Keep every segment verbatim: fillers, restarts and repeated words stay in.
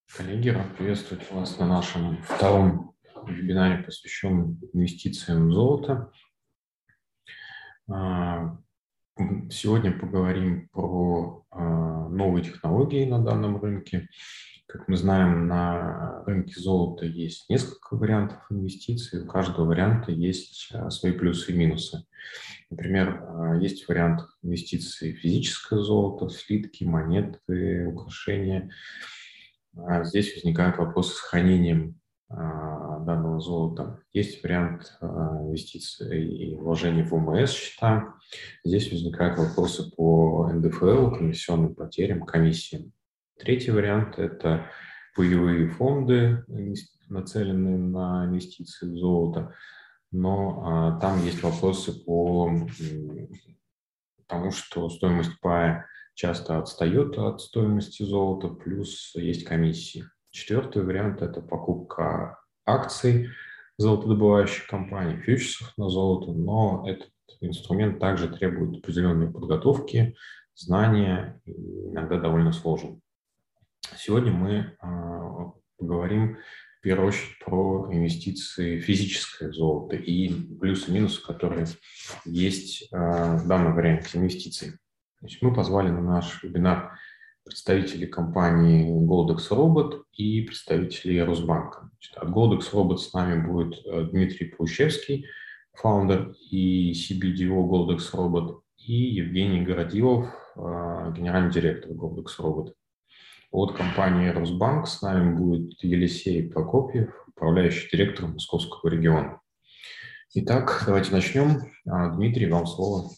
Коллеги, рад приветствовать вас на нашем втором вебинаре, посвященном инвестициям в золото. Сегодня поговорим про новые технологии на данном рынке. Как мы знаем, на рынке золота есть несколько вариантов инвестиций. У каждого варианта есть свои плюсы и минусы. Например, есть вариант инвестиций в физическое золото, слитки, монеты, украшения. Здесь возникают вопросы с хранением данного золота. Есть вариант инвестиций и вложений в ОМС счета. Здесь возникают вопросы по эн дэ эф эл, комиссионным потерям, комиссиям. Третий вариант – это паевые фонды, нацеленные на инвестиции в золото, но а, там есть вопросы по тому, что стоимость пая часто отстает от стоимости золота, плюс есть комиссии. Четвертый вариант – это покупка акций золотодобывающих компаний, фьючерсов на золото, но этот инструмент также требует определенной подготовки, знания, и иногда довольно сложен. Сегодня мы э, поговорим в первую очередь про инвестиции в физическое золото и плюсы и минусы, которые есть э, в данном варианте инвестиций. Значит, мы позвали на наш вебинар представителей компании Goldex Robot и представителей Росбанка. Значит, от Goldex Robot с нами будет Дмитрий Паущевский, фаундер и си би ди о Goldex Robot, и Евгений Городилов, генеральный директор Goldex Robot. От компании Росбанк с нами будет Елисей Прокопьев, управляющий директор Московского региона. Итак, давайте начнем. Дмитрий, вам слово.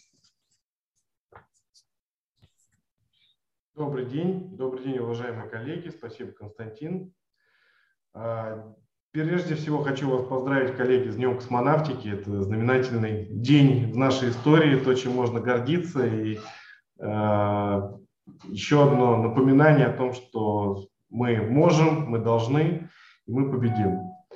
Добрый день. Добрый день, уважаемые коллеги. Спасибо, Константин. Прежде всего хочу вас поздравить, коллеги, с Днем космонавтики. Это знаменательный день в нашей истории, то, чем можно гордиться. И э, еще одно напоминание о том, что мы можем, мы должны, и мы победим.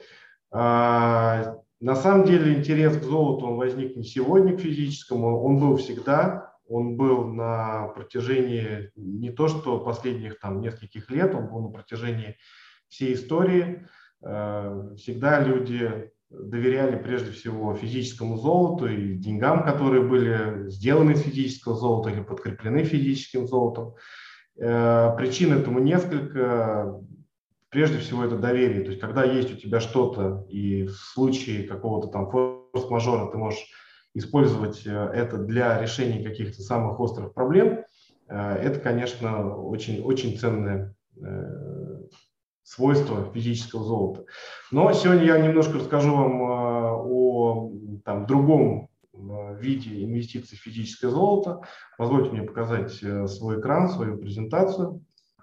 Э, на самом деле интерес к золоту он возник не сегодня, к физическому, он был всегда. Он был на протяжении не то что последних там нескольких лет, он был на протяжении всей истории. Всегда люди доверяли прежде всего физическому золоту и деньгам, которые были сделаны из физического золота или подкреплены физическим золотом. Причин этому несколько. Прежде всего это доверие. То есть когда есть у тебя что-то и в случае какого-то там форс-мажора ты можешь использовать это для решения каких-то самых острых проблем, это, конечно, очень, очень ценное свойство физического золота. Но сегодня я немножко расскажу вам о там, другом виде инвестиций в физическое золото. Позвольте мне показать свой экран, свою презентацию.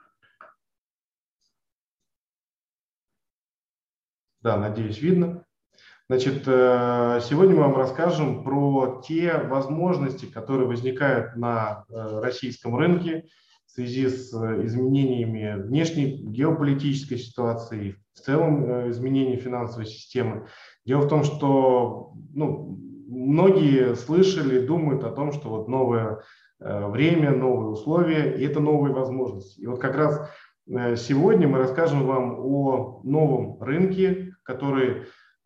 Да, надеюсь, видно. Значит, сегодня мы вам расскажем про те возможности, которые возникают на российском рынке в связи с изменениями внешней геополитической ситуации, в целом изменением финансовой системы. Дело в том, что ну, многие слышали, думают о том, что вот новое время, новые условия, и это новые возможности. И вот как раз сегодня мы расскажем вам о новом рынке, который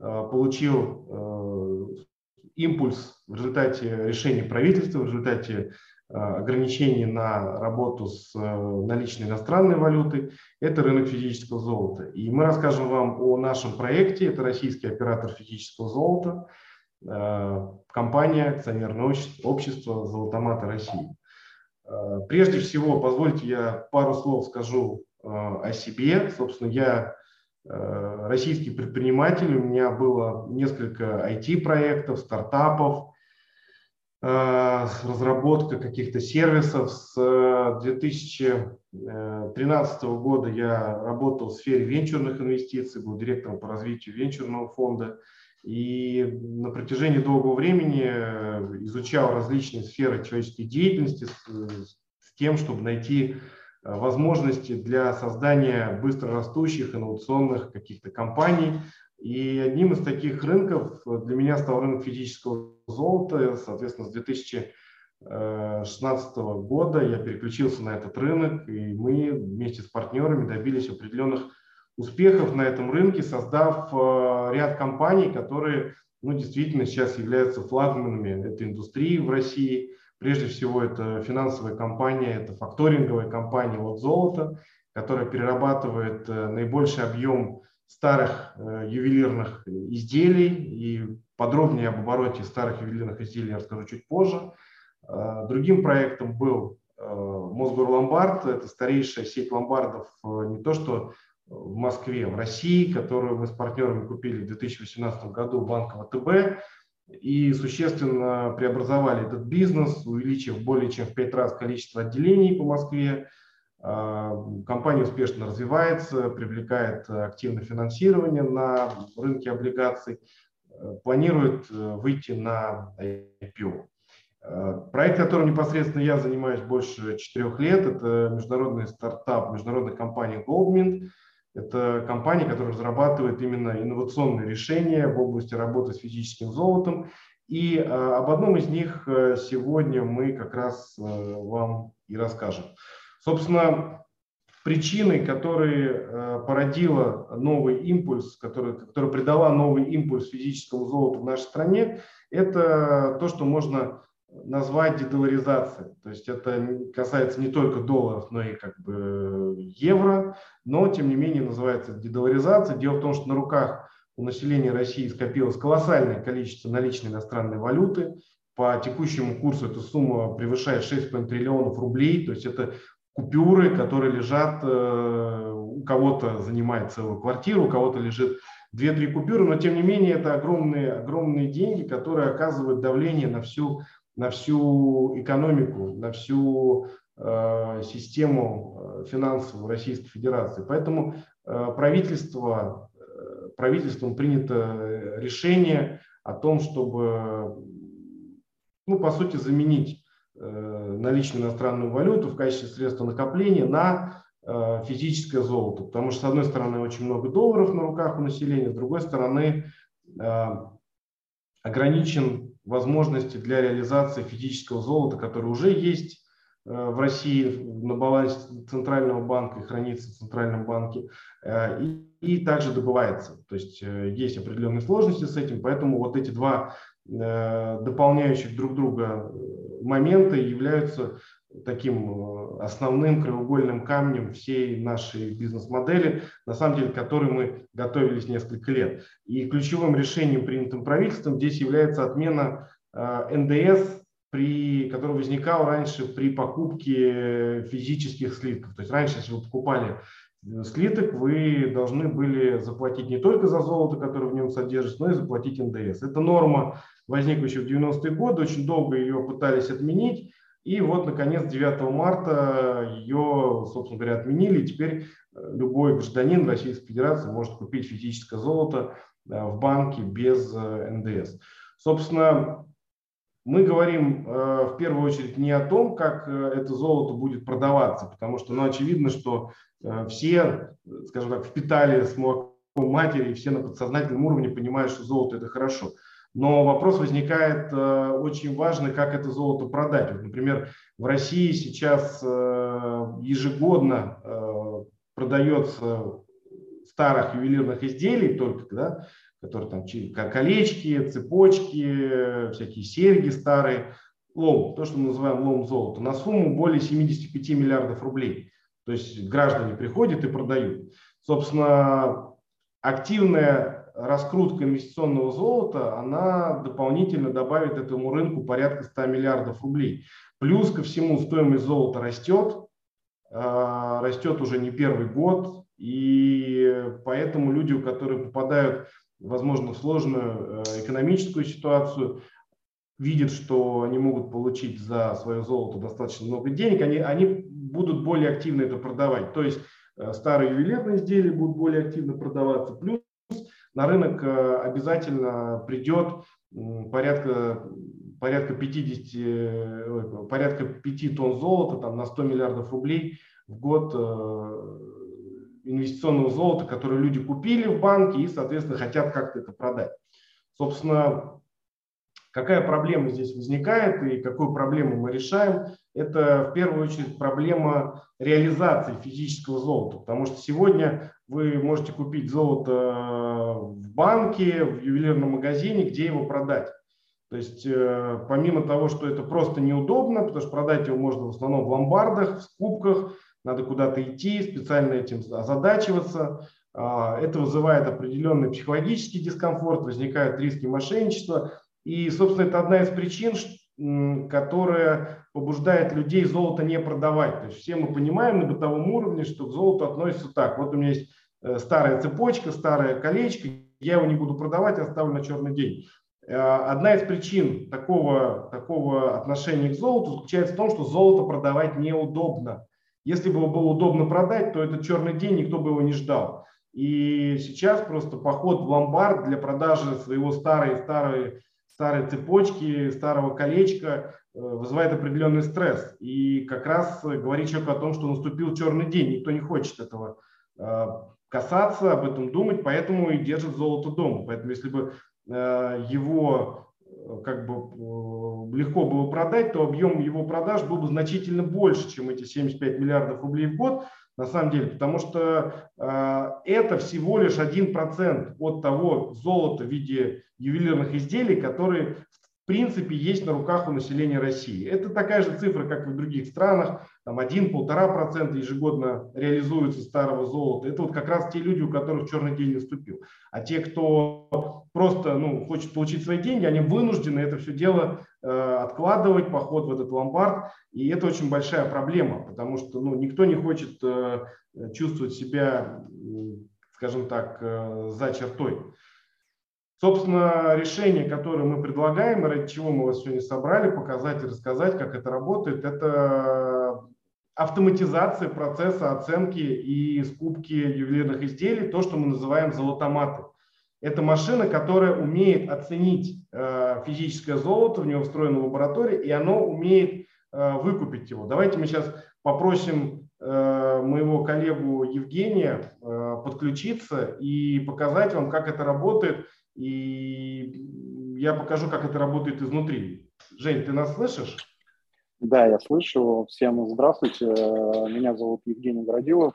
получил импульс в результате решений правительства, в результате ограничений на работу с наличной иностранной валютой. Это рынок физического золота. И мы расскажем вам о нашем проекте. Это российский оператор физического золота, компания, акционерное общество «Золотоматы России». Прежде всего, позвольте я пару слов скажу о себе. Собственно, я российский предприниматель, у меня было несколько ай ти-проектов, стартапов, разработка каких-то сервисов. С две тысячи тринадцатого года я работал в сфере венчурных инвестиций, был директором по развитию венчурного фонда. И на протяжении долгого времени изучал различные сферы человеческой деятельности с, с тем, чтобы найти возможности для создания быстрорастущих инновационных каких-то компаний. И одним из таких рынков для меня стал рынок физического золота. Соответственно, с две тысячи две тысячи шестнадцатого года я переключился на этот рынок, и мы вместе с партнерами добились определенных успехов на этом рынке, создав ряд компаний, которые ну, действительно сейчас являются флагманами этой индустрии в России. Прежде всего, это финансовая компания, это факторинговая компания «Вот золото», которая перерабатывает наибольший объем старых ювелирных изделий. И подробнее об обороте старых ювелирных изделий я расскажу чуть позже. Другим проектом был Мосгорломбард. Это старейшая сеть ломбардов не то что в Москве, в России, которую мы с партнерами купили в две тысячи восемнадцатом году у банка ВТБ. И существенно преобразовали этот бизнес, увеличив более чем в пять раз количество отделений по Москве. Компания успешно развивается, привлекает активное финансирование на рынке облигаций, планирует выйти на ай пи о. Проект, которым непосредственно я занимаюсь больше четырех лет, это международный стартап, международная компания Goldmint. Это компания, которая разрабатывает именно инновационные решения в области работы с физическим золотом. И а, об одном из них сегодня мы как раз а, вам и расскажем. Собственно, причиной, которая а, породила новый импульс, которая, которая придала новый импульс физическому золоту в нашей стране, это то, что можно назвать дедоларизацией. То есть это касается не только долларов, но и как бы евро, но тем не менее называется дедоларизация. Дело в том, что на руках у населения России скопилось колоссальное количество наличной иностранной валюты. По текущему курсу эта сумма превышает шесть с половиной триллионов рублей. То есть это купюры, которые лежат, у кого-то занимает целую квартиру, у кого-то лежит две-три купюры, но тем не менее это огромные, огромные деньги, которые оказывают давление на всю на всю экономику, на всю э, систему финансовую Российской Федерации. Поэтому э, правительство, э, правительством принято решение о том, чтобы, ну, по сути, заменить э, наличную иностранную валюту в качестве средства накопления на э, физическое золото. Потому что, с одной стороны, очень много долларов на руках у населения, с другой стороны, э, ограничен возможности для реализации физического золота, которое уже есть в России на балансе Центрального банка и хранится в Центральном банке, и, и также добывается. То есть есть определенные сложности с этим, поэтому вот эти два дополняющих друг друга момента являются таким основным краеугольным камнем всей нашей бизнес-модели, на самом деле, к которой мы готовились несколько лет. И ключевым решением, принятым правительством, здесь является отмена эн дэ эс, при, который возникал раньше при покупке физических слитков. То есть раньше, если вы покупали слиток, вы должны были заплатить не только за золото, которое в нем содержится, но и заплатить эн дэ эс. Это норма, возникшая в девяностые годы, очень долго ее пытались отменить. И вот, наконец, девятого марта ее, собственно говоря, отменили. И теперь любой гражданин Российской Федерации может купить физическое золото в банке без эн дэ эс. Собственно, мы говорим в первую очередь не о том, как это золото будет продаваться, потому что, ну, очевидно, что все, скажем так, впитали с молоком матери, и все на подсознательном уровне понимают, что золото – это хорошо. Но вопрос возникает э, очень важный, как это золото продать. Вот, например, в России сейчас э, ежегодно э, продается старых ювелирных изделий только, да, которые там колечки, цепочки, всякие серьги старые, лом, то, что мы называем лом золота, на сумму более семидесяти пяти миллиардов рублей. То есть граждане приходят и продают. Собственно, активная раскрутка инвестиционного золота, она дополнительно добавит этому рынку порядка ста миллиардов рублей. Плюс ко всему стоимость золота растет, растет уже не первый год, и поэтому люди, которые попадают, возможно, в сложную экономическую ситуацию, видят, что они могут получить за свое золото достаточно много денег, они, они будут более активно это продавать. То есть старые ювелирные изделия будут более активно продаваться, плюс на рынок обязательно придет порядка, порядка, пятидесяти, порядка пяти тонн золота, там, на сто миллиардов рублей в год инвестиционного золота, которое люди купили в банке и, соответственно, хотят как-то это продать. Собственно, Какая проблема здесь возникает и какую проблему мы решаем? Это в первую очередь проблема реализации физического золота, потому что сегодня вы можете купить золото в банке, в ювелирном магазине, где его продать. То есть помимо того, что это просто неудобно, потому что продать его можно в основном в ломбардах, в скупках, надо куда-то идти, специально этим озадачиваться. Это вызывает определенный психологический дискомфорт, возникают риски мошенничества. И, собственно, это одна из причин, которая побуждает людей золото не продавать. То есть все мы понимаем на бытовом уровне, что к золоту относятся так. Вот у меня есть старая цепочка, старое колечко, я его не буду продавать, оставлю на черный день. Одна из причин такого, такого отношения к золоту заключается в том, что золото продавать неудобно. Если бы его было удобно продать, то этот черный день никто бы его не ждал. И сейчас просто поход в ломбард для продажи своего старой, старой, старой цепочки, старого колечка вызывает определенный стресс. И как раз говорит человеку о том, что наступил черный день. Никто не хочет этого касаться, об этом думать, поэтому и держит золото дома. Поэтому если бы его как бы легко было продать, то объем его продаж был бы значительно больше, чем эти семьдесят пять миллиардов рублей в год, на самом деле, потому что э, это всего лишь один процент от того золота в виде ювелирных изделий, которые в принципе есть на руках у населения России. Это такая же цифра, как и в других странах, там один-полтора процента ежегодно реализуется старого золота. Это вот как раз те люди, у которых черный день наступил. А те, кто просто ну, хочет получить свои деньги, они вынуждены это все дело э, откладывать, поход в этот ломбард. И это очень большая проблема, потому что ну, никто не хочет э, чувствовать себя, скажем так, э, за чертой. Собственно, решение, которое мы предлагаем, и ради чего мы вас сегодня собрали, показать и рассказать, как это работает, это автоматизация процесса оценки и скупки ювелирных изделий, то, что мы называем золотоматы. Это машина, которая умеет оценить э, физическое золото, в него встроена лаборатория, и оно умеет э, выкупить его. Давайте мы сейчас попросим э, моего коллегу Евгения э, подключиться и показать вам, как это работает. И я покажу, как это работает изнутри. Жень, ты нас слышишь? Да, я слышу. Всем здравствуйте. Меня зовут Евгений Городилов.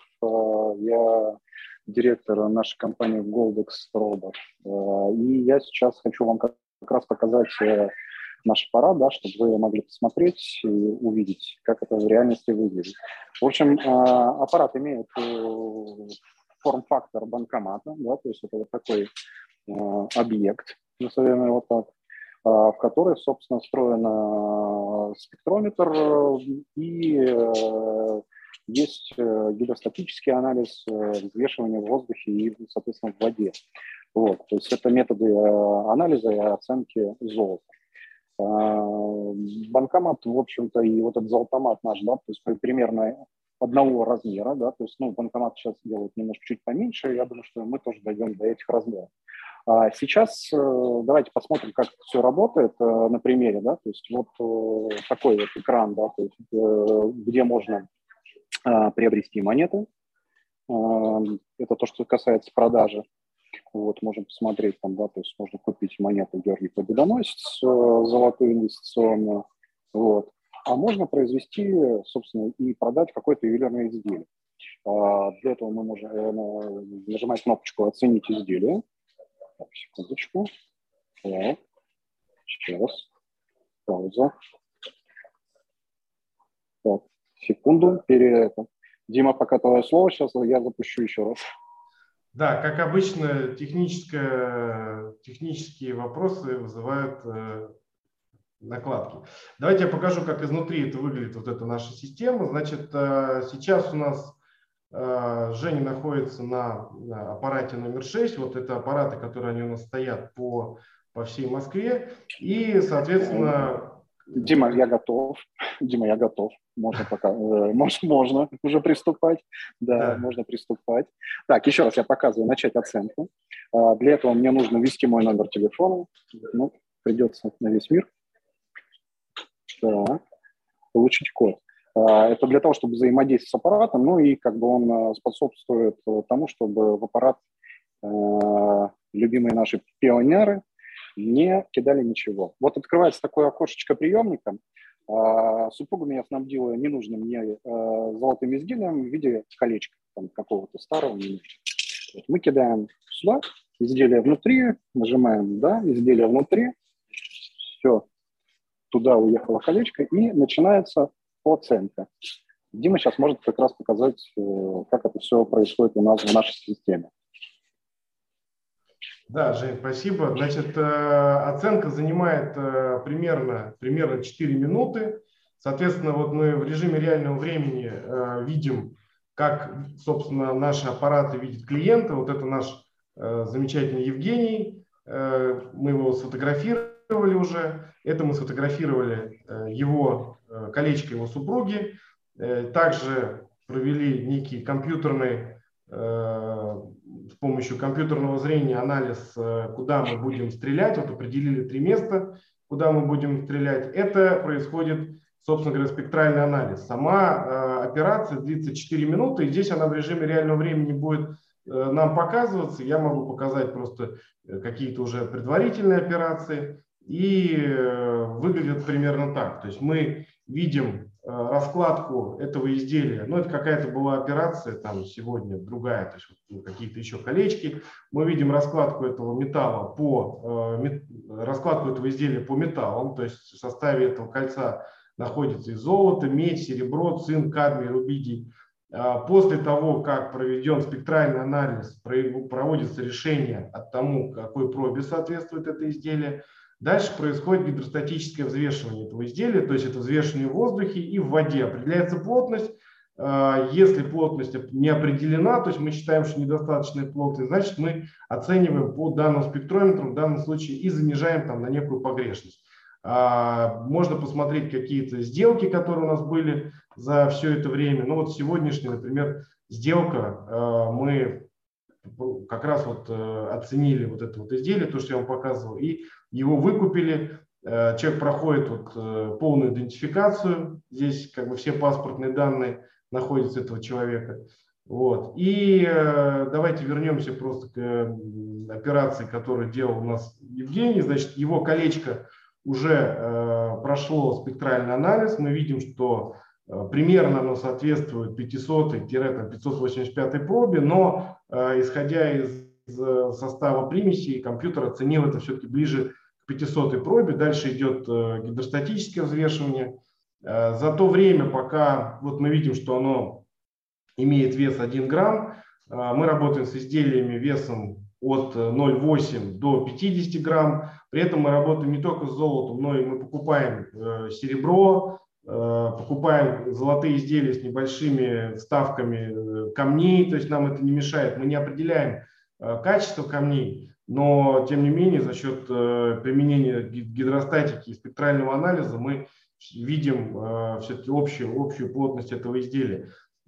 Я директор нашей компании Goldex Robot. И я сейчас хочу вам как раз показать наш аппарат, да, чтобы вы могли посмотреть и увидеть, как это в реальности выглядит. В общем, аппарат имеет форм-фактор банкомата, да, то есть это вот такой объект, назовем его так, в который, собственно, встроен спектрометр и есть гидростатический анализ, взвешивания в воздухе и, соответственно, в воде. Вот. То есть это методы анализа и оценки золота. Банкомат, в общем-то, и вот этот золотомат наш, да, то есть примерно одного размера, да, то есть, ну, банкомат сейчас делают немножко чуть поменьше, я думаю, что мы тоже дойдем до этих размеров. А сейчас давайте посмотрим, как все работает на примере, да, то есть вот такой вот экран, да, то есть, где можно приобрести монеты. Это то, что касается продажи. Вот, можем посмотреть там, да, то есть можно купить монету Георгий Победоносец, золотую инвестиционную, вот. А можно произвести, собственно, и продать какое-то ювелирное изделие. Для этого мы можем нажимать кнопочку «Оценить изделие». Так, секундочку. Так, сейчас. Пауза. Так, секунду. Пере... Дима, пока твое слово, сейчас я запущу еще раз. Да, как обычно, технические вопросы вызывают э, накладки. Давайте я покажу, как изнутри это выглядит, вот эта наша система. Значит, э, сейчас у нас э, Женя находится на, на аппарате номер шесть. Вот это аппараты, которые они у нас стоят по, по всей Москве. И, соответственно... Дима, я готов. Дима, я готов. Можно пока, э, можно, можно уже приступать. Да, да, можно приступать. Так, еще раз я показываю, начать оценку. А, для этого мне нужно ввести мой номер телефона. Ну, придется на весь мир. Так, получить код. А, это для того, чтобы взаимодействовать с аппаратом, ну и как бы он способствует тому, чтобы в аппарат э, любимые наши пионеры не кидали ничего. Вот открывается такое окошечко приемника. Супруга меня снабдила ненужным мне золотым изделием в виде колечка, там, какого-то старого. Мы кидаем сюда, изделие внутри, нажимаем, да, изделие внутри, все, туда уехало колечко, и начинается оценка. Дима сейчас может как раз показать, как это все происходит у нас в нашей системе. Да, Жень, спасибо. Значит, оценка занимает примерно, примерно четыре минуты. Соответственно, вот мы в режиме реального времени видим, как, собственно, наши аппараты видят клиента. Вот это наш замечательный Евгений. Мы его сфотографировали уже. Это мы сфотографировали его колечко его супруги. Также провели некий компьютерный, с помощью компьютерного зрения анализ, куда мы будем стрелять. Вот определили три места, куда мы будем стрелять. Это происходит, собственно говоря, спектральный анализ. Сама операция длится четыре минуты, и здесь она в режиме реального времени будет нам показываться. Я могу показать просто какие-то уже предварительные операции. И выглядит примерно так. То есть мы видим раскладку этого изделия. Ну, это какая-то была операция, там сегодня другая, то есть вот, какие-то еще колечки. Мы видим раскладку этого металла по, э, раскладку этого изделия по металлам, то есть в составе этого кольца находится и золото, медь, серебро, цинк, кадмий, рубидий. После того, как проведен спектральный анализ, проводится решение от тому, какой пробе соответствует это изделие. Дальше происходит гидростатическое взвешивание этого изделия, то есть это взвешивание в воздухе и в воде. Определяется плотность. Если плотность не определена, то есть мы считаем, что недостаточная плотность, значит мы оцениваем по данному спектрометру, в данном случае и занижаем там на некую погрешность. Можно посмотреть какие-то сделки, которые у нас были за все это время. Ну вот сегодняшняя, например, сделка, мы как раз вот оценили вот это вот изделие, то, что я вам показывал, и его выкупили. Человек проходит вот полную идентификацию. Здесь как бы все паспортные данные находятся этого человека. Вот. И давайте вернемся просто к операции, которую делал у нас Евгений. Значит, его колечко уже прошло спектральный анализ. Мы видим, что примерно оно соответствует пятисотой — пятьсот восемьдесят пятой пробе, но исходя из состава примесей, компьютер оценил это все-таки ближе к пятисотой пробе. Дальше идет гидростатическое взвешивание. За то время, пока вот мы видим, что оно имеет вес один грамм, мы работаем с изделиями весом от ноль целых восемь десятых до пятидесяти грамм. При этом мы работаем не только с золотом, но и мы покупаем серебро, покупаем золотые изделия с небольшими вставками камней, то есть нам это не мешает. Мы не определяем качество камней, но тем не менее за счет применения гидростатики и спектрального анализа мы видим все-таки общую, общую плотность этого изделия.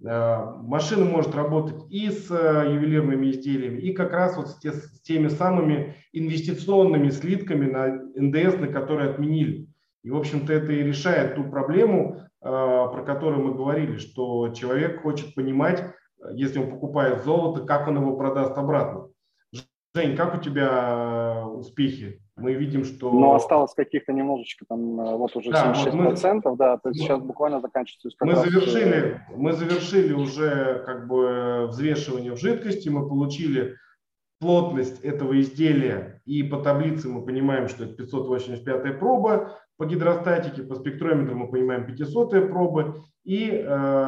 Машина может работать и с ювелирными изделиями, и как раз вот с, те, с теми самыми инвестиционными слитками на эн дэ эс, на которые отменили. И, в общем-то, это и решает ту проблему, про которую мы говорили, что человек хочет понимать, если он покупает золото, как он его продаст обратно. Жень, как у тебя успехи? Мы видим, что... Ну, осталось каких-то немножечко, там, вот уже да, семьдесят шесть процентов, вот мы, да, то есть мы, сейчас буквально заканчивается. Мы завершили, мы завершили уже как бы взвешивание в жидкости, мы получили плотность этого изделия, и по таблице мы понимаем, что это пятьсот восемьдесят пятая проба, по гидростатике, по спектрометру мы понимаем пятисотая проба, и,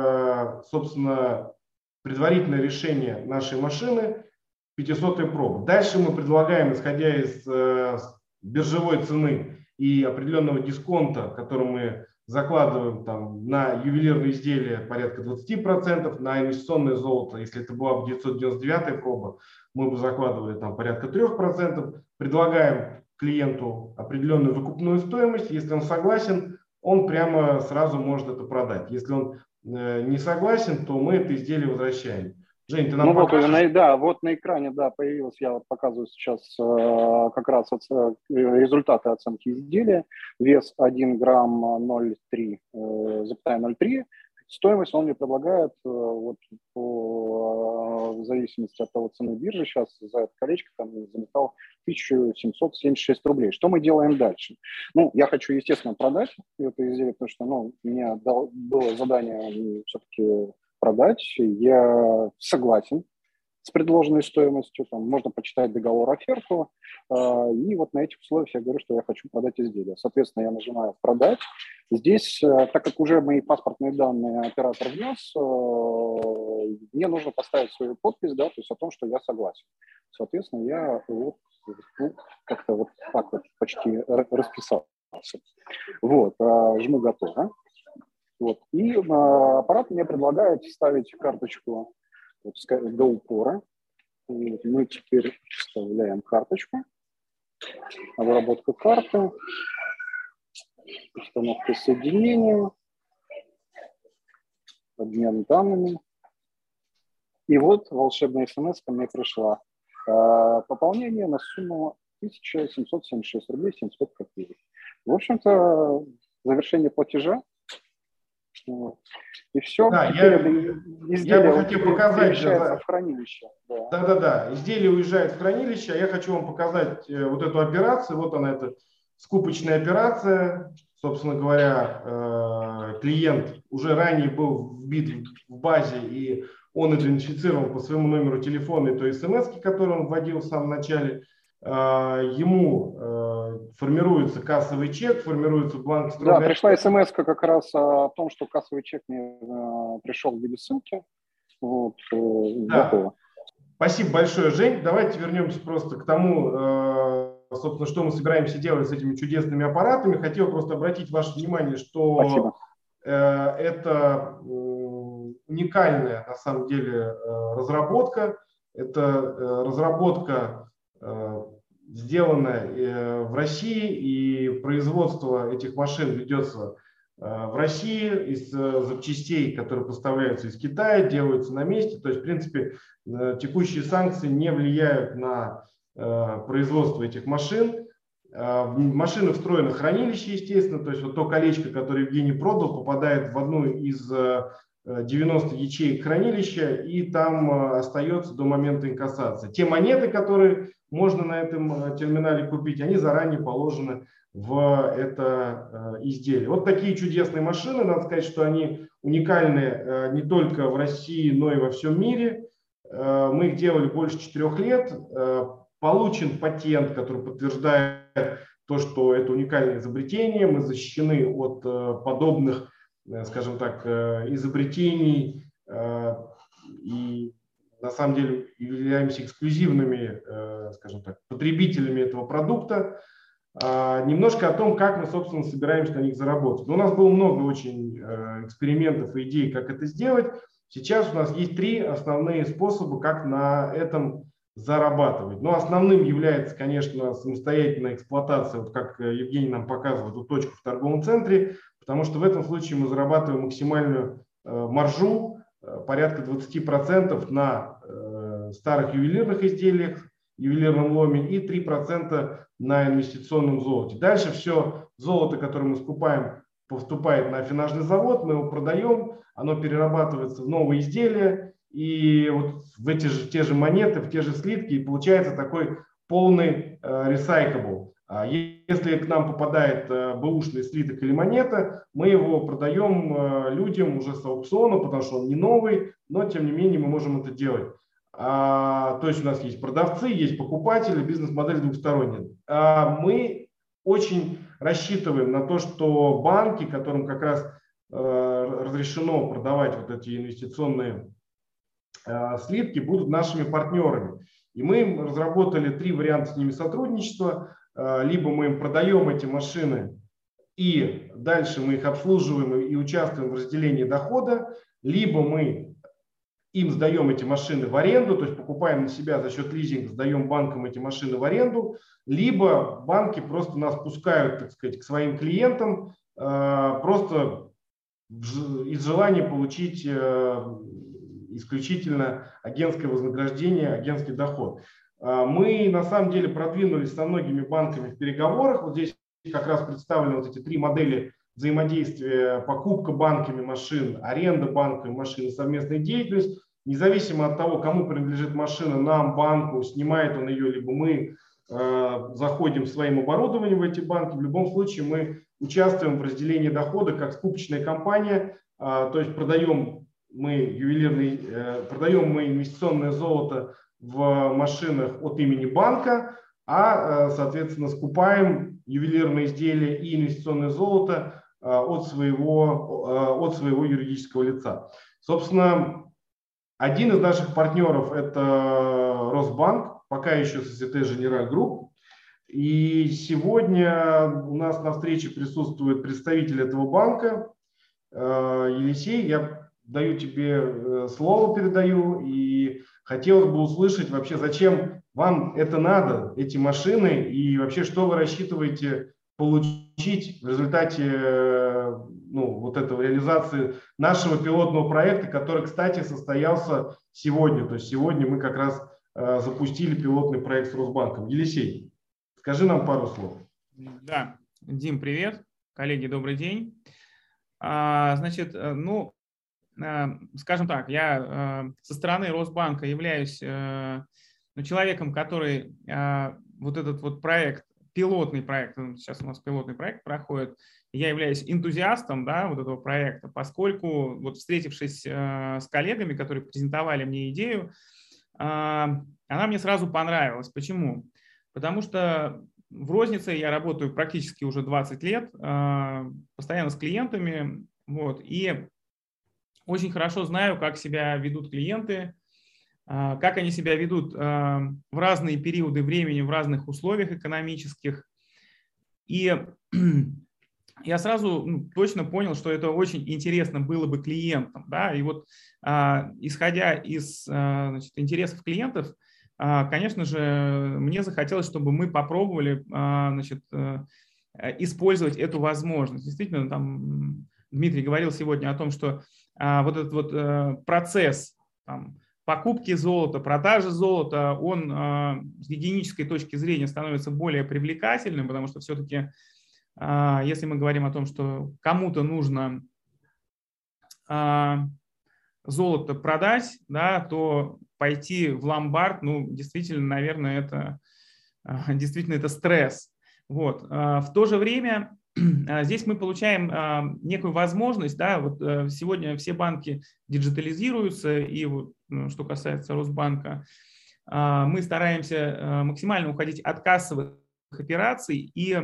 собственно, предварительное решение нашей машины пятисотая проба. Дальше мы предлагаем, исходя из э, биржевой цены и определенного дисконта, который мы закладываем там, на ювелирные изделия порядка двадцати процентов, на инвестиционное золото, если это была бы девятьсот девяносто девятая проба, мы бы закладывали там порядка трёх процентов, предлагаем клиенту определенную выкупную стоимость. Если он согласен, он прямо сразу может это продать. Если он э, не согласен, то мы это изделие возвращаем. Жень, ты нам ну покажешь? Вот, да, вот на экране, да, появилось, я вот показываю сейчас э, как раз от, э, результаты оценки изделия. Вес один грамм ноль целых три, э, ноль три. Стоимость он мне предлагает, вот, по, в зависимости от того цены биржи, сейчас за это колечко там за металл тысяча семьсот семьдесят шесть рублей. Что мы делаем дальше? Ну, я хочу, естественно, продать это изделие, потому что, ну, у меня дал, было задание все-таки продать. Я согласен с предложенной стоимостью, там можно почитать договор, оферту, э, и вот на этих условиях я говорю, что я хочу продать изделие. Соответственно, я нажимаю «Продать». Здесь, э, так как уже мои паспортные данные оператор внес, э, мне нужно поставить свою подпись, да, то есть о том, что я согласен. Соответственно, я вот, ну, как-то вот так вот почти расписался. Вот, э, жму «Готово». Вот, и э, аппарат мне предлагает вставить карточку до упора. И мы теперь вставляем карточку. Обработка карты. Установка соединения. Обмен данными. И вот волшебная смс мне пришла. Пополнение на сумму тысяча семьсот семьдесят шесть рублей семьдесят пять копеек. В общем-то, завершение платежа. И все. Да, я, я бы хотел показать да, в хранилище. Да-да-да, изделие уезжает в хранилище, а я хочу вам показать вот эту операцию. Вот она, это скупочная операция. Собственно говоря, клиент уже ранее был вбит в базе, и он идентифицировал по своему номеру телефона и той смс, который он вводил в самом начале. Ему формируется кассовый чек, формируется бланк строгой. Да, пришла смс как раз о том, что кассовый чек мне пришел в виде ссылки. Вот, да. Готово. Спасибо большое, Жень. Давайте вернемся просто к тому, собственно, что мы собираемся делать с этими чудесными аппаратами. Хотел просто обратить ваше внимание, что Спасибо. Это уникальная, на самом деле, разработка. Это разработка, сделанная в России, и производство этих машин ведется в России из запчастей, которые поставляются из Китая, делаются на месте. То есть, в принципе, текущие санкции не влияют на производство этих машин. В машины встроено хранилище, естественно, то есть вот то колечко, которое Евгений продал, попадает в одну из девяноста ячеек хранилища и там остается до момента инкассации. Те монеты, которые можно на этом терминале купить, они заранее положены в это изделие. Вот такие чудесные машины, надо сказать, что они уникальны не только в России, но и во всем мире. Мы их делали больше четырех лет. Получен патент, который подтверждает то, что это уникальное изобретение. Мы защищены от подобных, скажем так, изобретений и на самом деле являемся эксклюзивными, скажем так, потребителями этого продукта. Немножко о том, как мы, собственно, собираемся на них заработать. Но у нас было много очень экспериментов и идей, как это сделать. Сейчас у нас есть три основные способа, как на этом зарабатывать. Но основным является, конечно, самостоятельная эксплуатация, вот как Евгений нам показывает, эту точку в торговом центре, потому что в этом случае мы зарабатываем максимальную э, маржу, э, порядка двадцати процентов на э, старых ювелирных изделиях, ювелирном ломе и три процента на инвестиционном золоте. Дальше все золото, которое мы скупаем, поступает на аффинажный завод, мы его продаем, оно перерабатывается в новые изделия, и вот в эти же, те же монеты, в те же слитки, и получается такой полный recyclable. А если к нам попадает бэушный слиток или монета, мы его продаем людям уже с аукциона, потому что он не новый, но тем не менее мы можем это делать. А, то есть у нас есть продавцы, есть покупатели, бизнес-модель двухсторонняя. А мы очень рассчитываем на то, что банки, которым как раз э, разрешено продавать вот эти инвестиционные слитки, будут нашими партнерами. И мы им разработали три варианта с ними сотрудничества. Либо мы им продаем эти машины, и дальше мы их обслуживаем и участвуем в разделении дохода, либо мы им сдаем эти машины в аренду, то есть покупаем на себя за счет лизинга, сдаем банкам эти машины в аренду, либо банки просто нас пускают, так сказать, к своим клиентам, просто из желания получить исключительно агентское вознаграждение, агентский доход. Мы на самом деле продвинулись со многими банками в переговорах. Вот здесь как раз представлены вот эти три модели взаимодействие, покупка банками машин, аренда банками машин, совместная деятельность. Независимо от того, кому принадлежит машина, нам, банку, снимает он ее, либо мы э, заходим своим оборудованием в эти банки, в любом случае мы участвуем в разделении дохода как скупочная компания, э, то есть продаем мы ювелирный, э, продаем мы инвестиционное золото в машинах от имени банка, а, э, соответственно, скупаем ювелирные изделия и инвестиционное золото э, от своего, э, от своего юридического лица. Собственно, один из наших партнеров – это Росбанк, пока еще Société Générale Group. И сегодня у нас на встрече присутствует представитель этого банка, Елисей. Я даю тебе слово, передаю, и хотелось бы услышать вообще, зачем вам это надо, эти машины, и вообще, что вы рассчитываете получить в результате ну, вот этого реализации нашего пилотного проекта, который, кстати, состоялся сегодня. То есть сегодня мы как раз э, запустили пилотный проект с Росбанком. Елисей, скажи нам пару слов. Да, Дим, привет. Коллеги, добрый день. А, значит, ну, скажем так, я со стороны Росбанка являюсь ну, человеком, который вот этот вот проект, пилотный проект, сейчас у нас пилотный проект проходит, я являюсь энтузиастом, да, вот этого проекта, поскольку, вот встретившись э, с коллегами, которые презентовали мне идею, э, она мне сразу понравилась. Почему? Потому что в рознице я работаю практически уже двадцать лет, э, постоянно с клиентами, вот, и очень хорошо знаю, как себя ведут клиенты, э, как они себя ведут э, в разные периоды времени, в разных условиях экономических. И я сразу ну, точно понял, что это очень интересно было бы клиентам. Да? И вот а, исходя из а, значит, интересов клиентов, а, конечно же, мне захотелось, чтобы мы попробовали а, значит, а, использовать эту возможность. Действительно, там Дмитрий говорил сегодня о том, что а, вот этот вот а, процесс там, покупки золота, продажи золота, он а, с гигиенической точки зрения становится более привлекательным, потому что все-таки если мы говорим о том, что кому-то нужно золото продать, да, то пойти в ломбард, ну, действительно, наверное, это, действительно, это стресс. Вот. В то же время здесь мы получаем некую возможность, да, вот сегодня все банки диджитализируются, и вот, что касается Росбанка, мы стараемся максимально уходить от кассовых операций и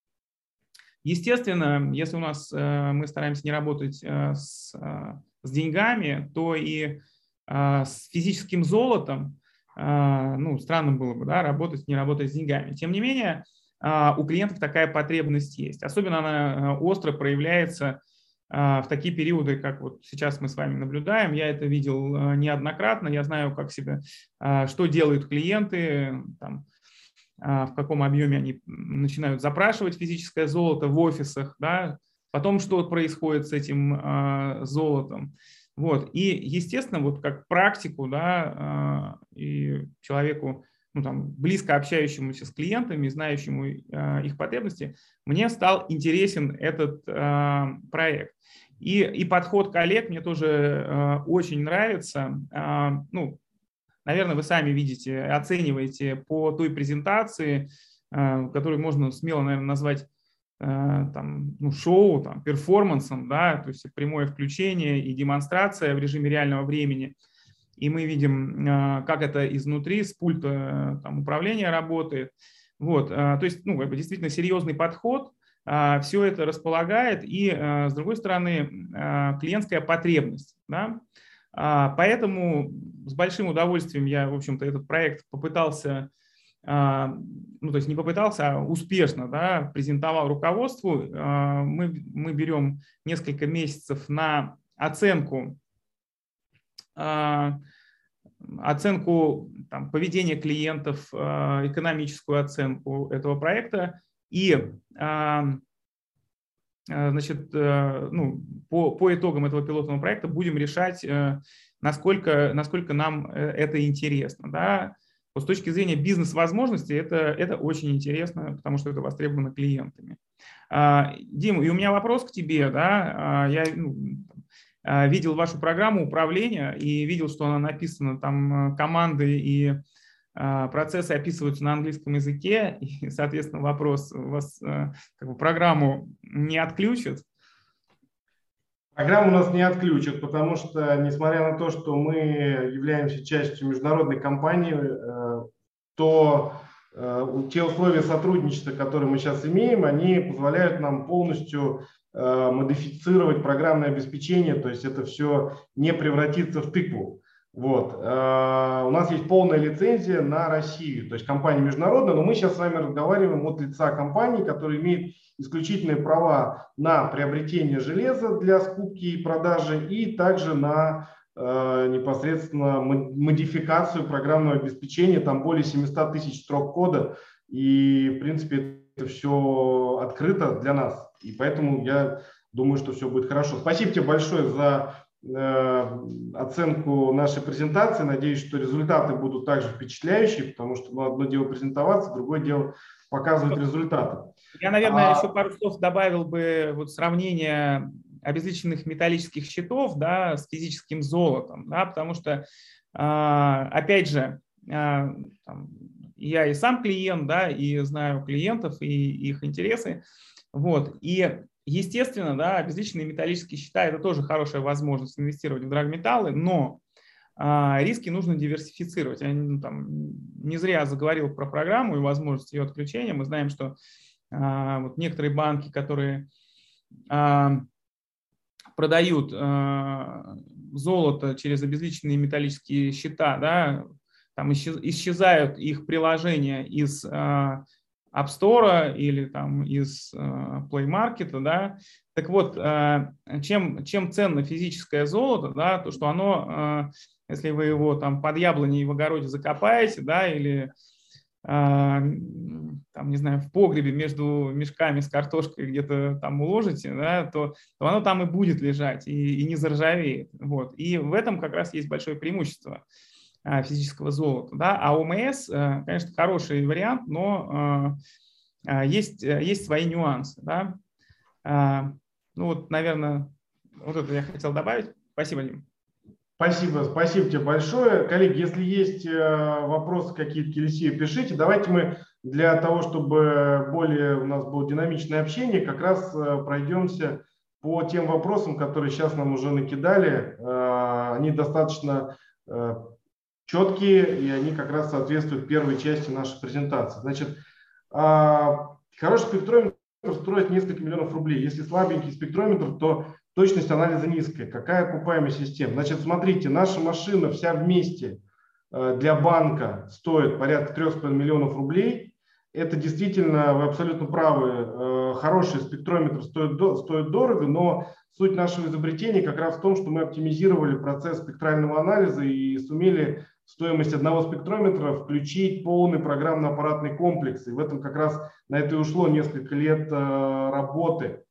естественно, если у нас э, мы стараемся не работать э, с, э, с деньгами, то и э, с физическим золотом, э, ну, странно было бы, да, работать, не работать с деньгами. Тем не менее, э, у клиентов такая потребность есть. Особенно она остро проявляется э, в такие периоды, как вот сейчас мы с вами наблюдаем. Я это видел э, неоднократно, я знаю, как себя, э, что делают клиенты, там, в каком объеме они начинают запрашивать физическое золото в офисах, да, потом что происходит с этим э, золотом. Вот. И, естественно, вот как практику, да, э, и человеку, ну, там, близко общающемуся с клиентами, знающему э, их потребности, мне стал интересен этот э, проект. И, и подход коллег мне тоже э, очень нравится. Э, ну, Наверное, вы сами видите, оцениваете по той презентации, которую можно смело, наверное, назвать там, ну, шоу, там, перформансом, да, то есть прямое включение и демонстрация в режиме реального времени. И мы видим, как это изнутри с пульта там, управления работает. Вот, то есть, ну, как бы действительно серьезный подход. Все это располагает, и, с другой стороны, клиентская потребность, да. Поэтому с большим удовольствием я, в общем-то, этот проект попытался, ну, то есть не попытался, а успешно, да, презентовал руководству. Мы, мы берем несколько месяцев на оценку, оценку там, поведения клиентов, экономическую оценку этого проекта и Значит, ну, по, по итогам этого пилотного проекта будем решать, насколько, насколько нам это интересно. Да? вот с точки зрения бизнес-возможностей это, это очень интересно, потому что это востребовано клиентами. Дим, и у меня вопрос к тебе. Да? Я ну, видел вашу программу управления и видел, что она написана, там команды и процессы описываются на английском языке, и, соответственно, вопрос, у вас как бы, программу не отключат? Программу у нас не отключат, потому что, несмотря на то, что мы являемся частью международной компании, то те условия сотрудничества, которые мы сейчас имеем, они позволяют нам полностью модифицировать программное обеспечение, то есть это все не превратится в тыкву. Вот. У нас есть полная лицензия на Россию, то есть компания международная, но мы сейчас с вами разговариваем от лица компании, которая имеет исключительные права на приобретение железа для скупки и продажи и также на э, непосредственно модификацию программного обеспечения, там более семисот тысяч строк кода, и в принципе это все открыто для нас, и поэтому я думаю, что все будет хорошо. Спасибо тебе большое за оценку нашей презентации. Надеюсь, что результаты будут также впечатляющие, потому что ну, одно дело презентоваться, другое дело показывать результаты. Я, наверное, а... еще пару слов добавил бы вот сравнение обезличенных металлических щитов, да, с физическим золотом, да, потому что, опять же, там, я и сам клиент, да, и знаю клиентов и их интересы, вот, и естественно, да, обезличенные металлические счета – это тоже хорошая возможность инвестировать в драгметаллы, но а, риски нужно диверсифицировать. Я ну, там, не зря заговорил про программу и возможность ее отключения. Мы знаем, что а, вот некоторые банки, которые а, продают а, золото через обезличенные металлические счета, да, там исчезают их приложения из а, App Store или там из uh, Play Market, да. Так вот, uh, чем, чем ценно физическое золото, да, то что оно, uh, если вы его там под яблоней в огороде закопаете, да, или uh, там, не знаю, в погребе между мешками с картошкой где-то там уложите, да, то, то оно там и будет лежать и, и не заржавеет. Вот. И в этом как раз есть большое преимущество физического золота. Да? А ОМС, конечно, хороший вариант, но есть, есть свои нюансы. Да? Ну вот, наверное, вот это я хотел добавить. Спасибо, Дим. Спасибо, спасибо тебе большое. Коллеги, если есть вопросы какие-то к Елисею, пишите. Давайте мы для того, чтобы более у нас было динамичное общение, как раз пройдемся по тем вопросам, которые сейчас нам уже накидали. Они достаточно четкие, и они как раз соответствуют первой части нашей презентации. Значит, хороший спектрометр стоит несколько миллионов рублей. Если слабенький спектрометр, то точность анализа низкая. Какая окупаемость систем? Значит, смотрите, наша машина вся вместе для банка стоит порядка трёх с половиной миллионов рублей. Это действительно, вы абсолютно правы, хороший спектрометр стоит, стоит дорого, но суть нашего изобретения как раз в том, что мы оптимизировали процесс спектрального анализа и сумели в стоимость одного спектрометра включить полный программно-аппаратный комплекс. И в этом как раз на это и ушло несколько лет работы.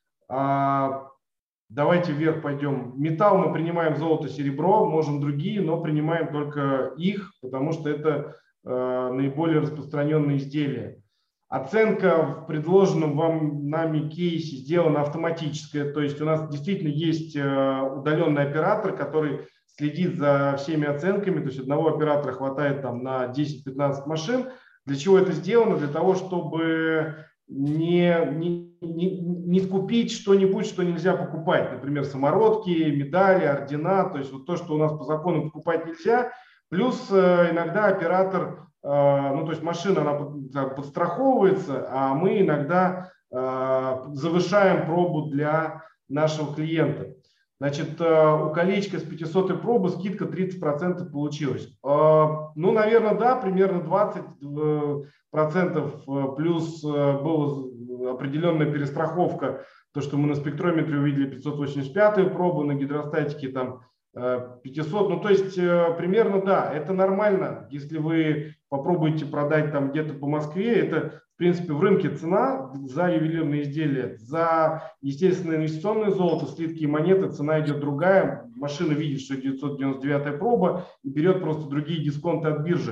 Давайте вверх пойдем. Металл мы принимаем золото, серебро, можем другие, но принимаем только их, потому что это наиболее распространенные изделия. Оценка в предложенном вам нами кейсе сделана автоматическая, то есть у нас действительно есть удаленный оператор, который следит за всеми оценками, то есть одного оператора хватает там на десять-пятнадцать машин. Для чего это сделано? Для того, чтобы не, не, не, не скупить что-нибудь, что нельзя покупать, например, самородки, медали, ордена, то есть вот то, что у нас по закону покупать нельзя. Плюс иногда оператор, ну то есть машина, она подстраховывается, а мы иногда завышаем пробу для нашего клиента. Значит, у колечка с пятисотой пробы скидка тридцать процентов получилась. Ну, наверное, да, примерно двадцать процентов плюс была определенная перестраховка. То, что мы на спектрометре увидели пятьсот восемьдесят пятую пробу, на гидростатике там пятьсот. Ну, то есть, примерно, да, это нормально. Если вы попробуете продать там где-то по Москве, это, в принципе, в рынке цена за ювелирные изделия. За, естественно, инвестиционное золото, слитки и монеты цена идет другая. Машина видит, что девятьсот девяносто девятая проба и берет просто другие дисконты от биржи.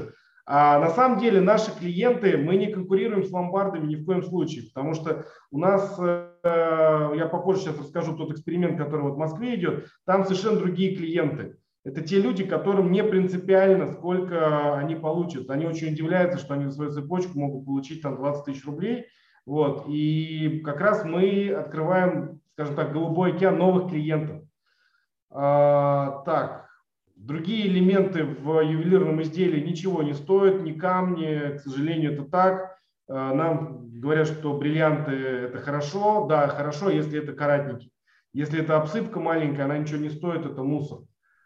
А на самом деле наши клиенты, мы не конкурируем с ломбардами ни в коем случае, потому что у нас, я попозже сейчас расскажу тот эксперимент, который вот в Москве идет, там совершенно другие клиенты. Это те люди, которым не принципиально, сколько они получат. Они очень удивляются, что они за свою цепочку могут получить там двадцать тысяч рублей. Вот. И как раз мы открываем, скажем так, голубой океан новых клиентов. А, так, другие элементы в ювелирном изделии ничего не стоят, ни камни, к сожалению, это так. А, нам говорят, что бриллианты это хорошо. Да, хорошо, если это каратники. Если это обсыпка маленькая, она ничего не стоит, это мусор.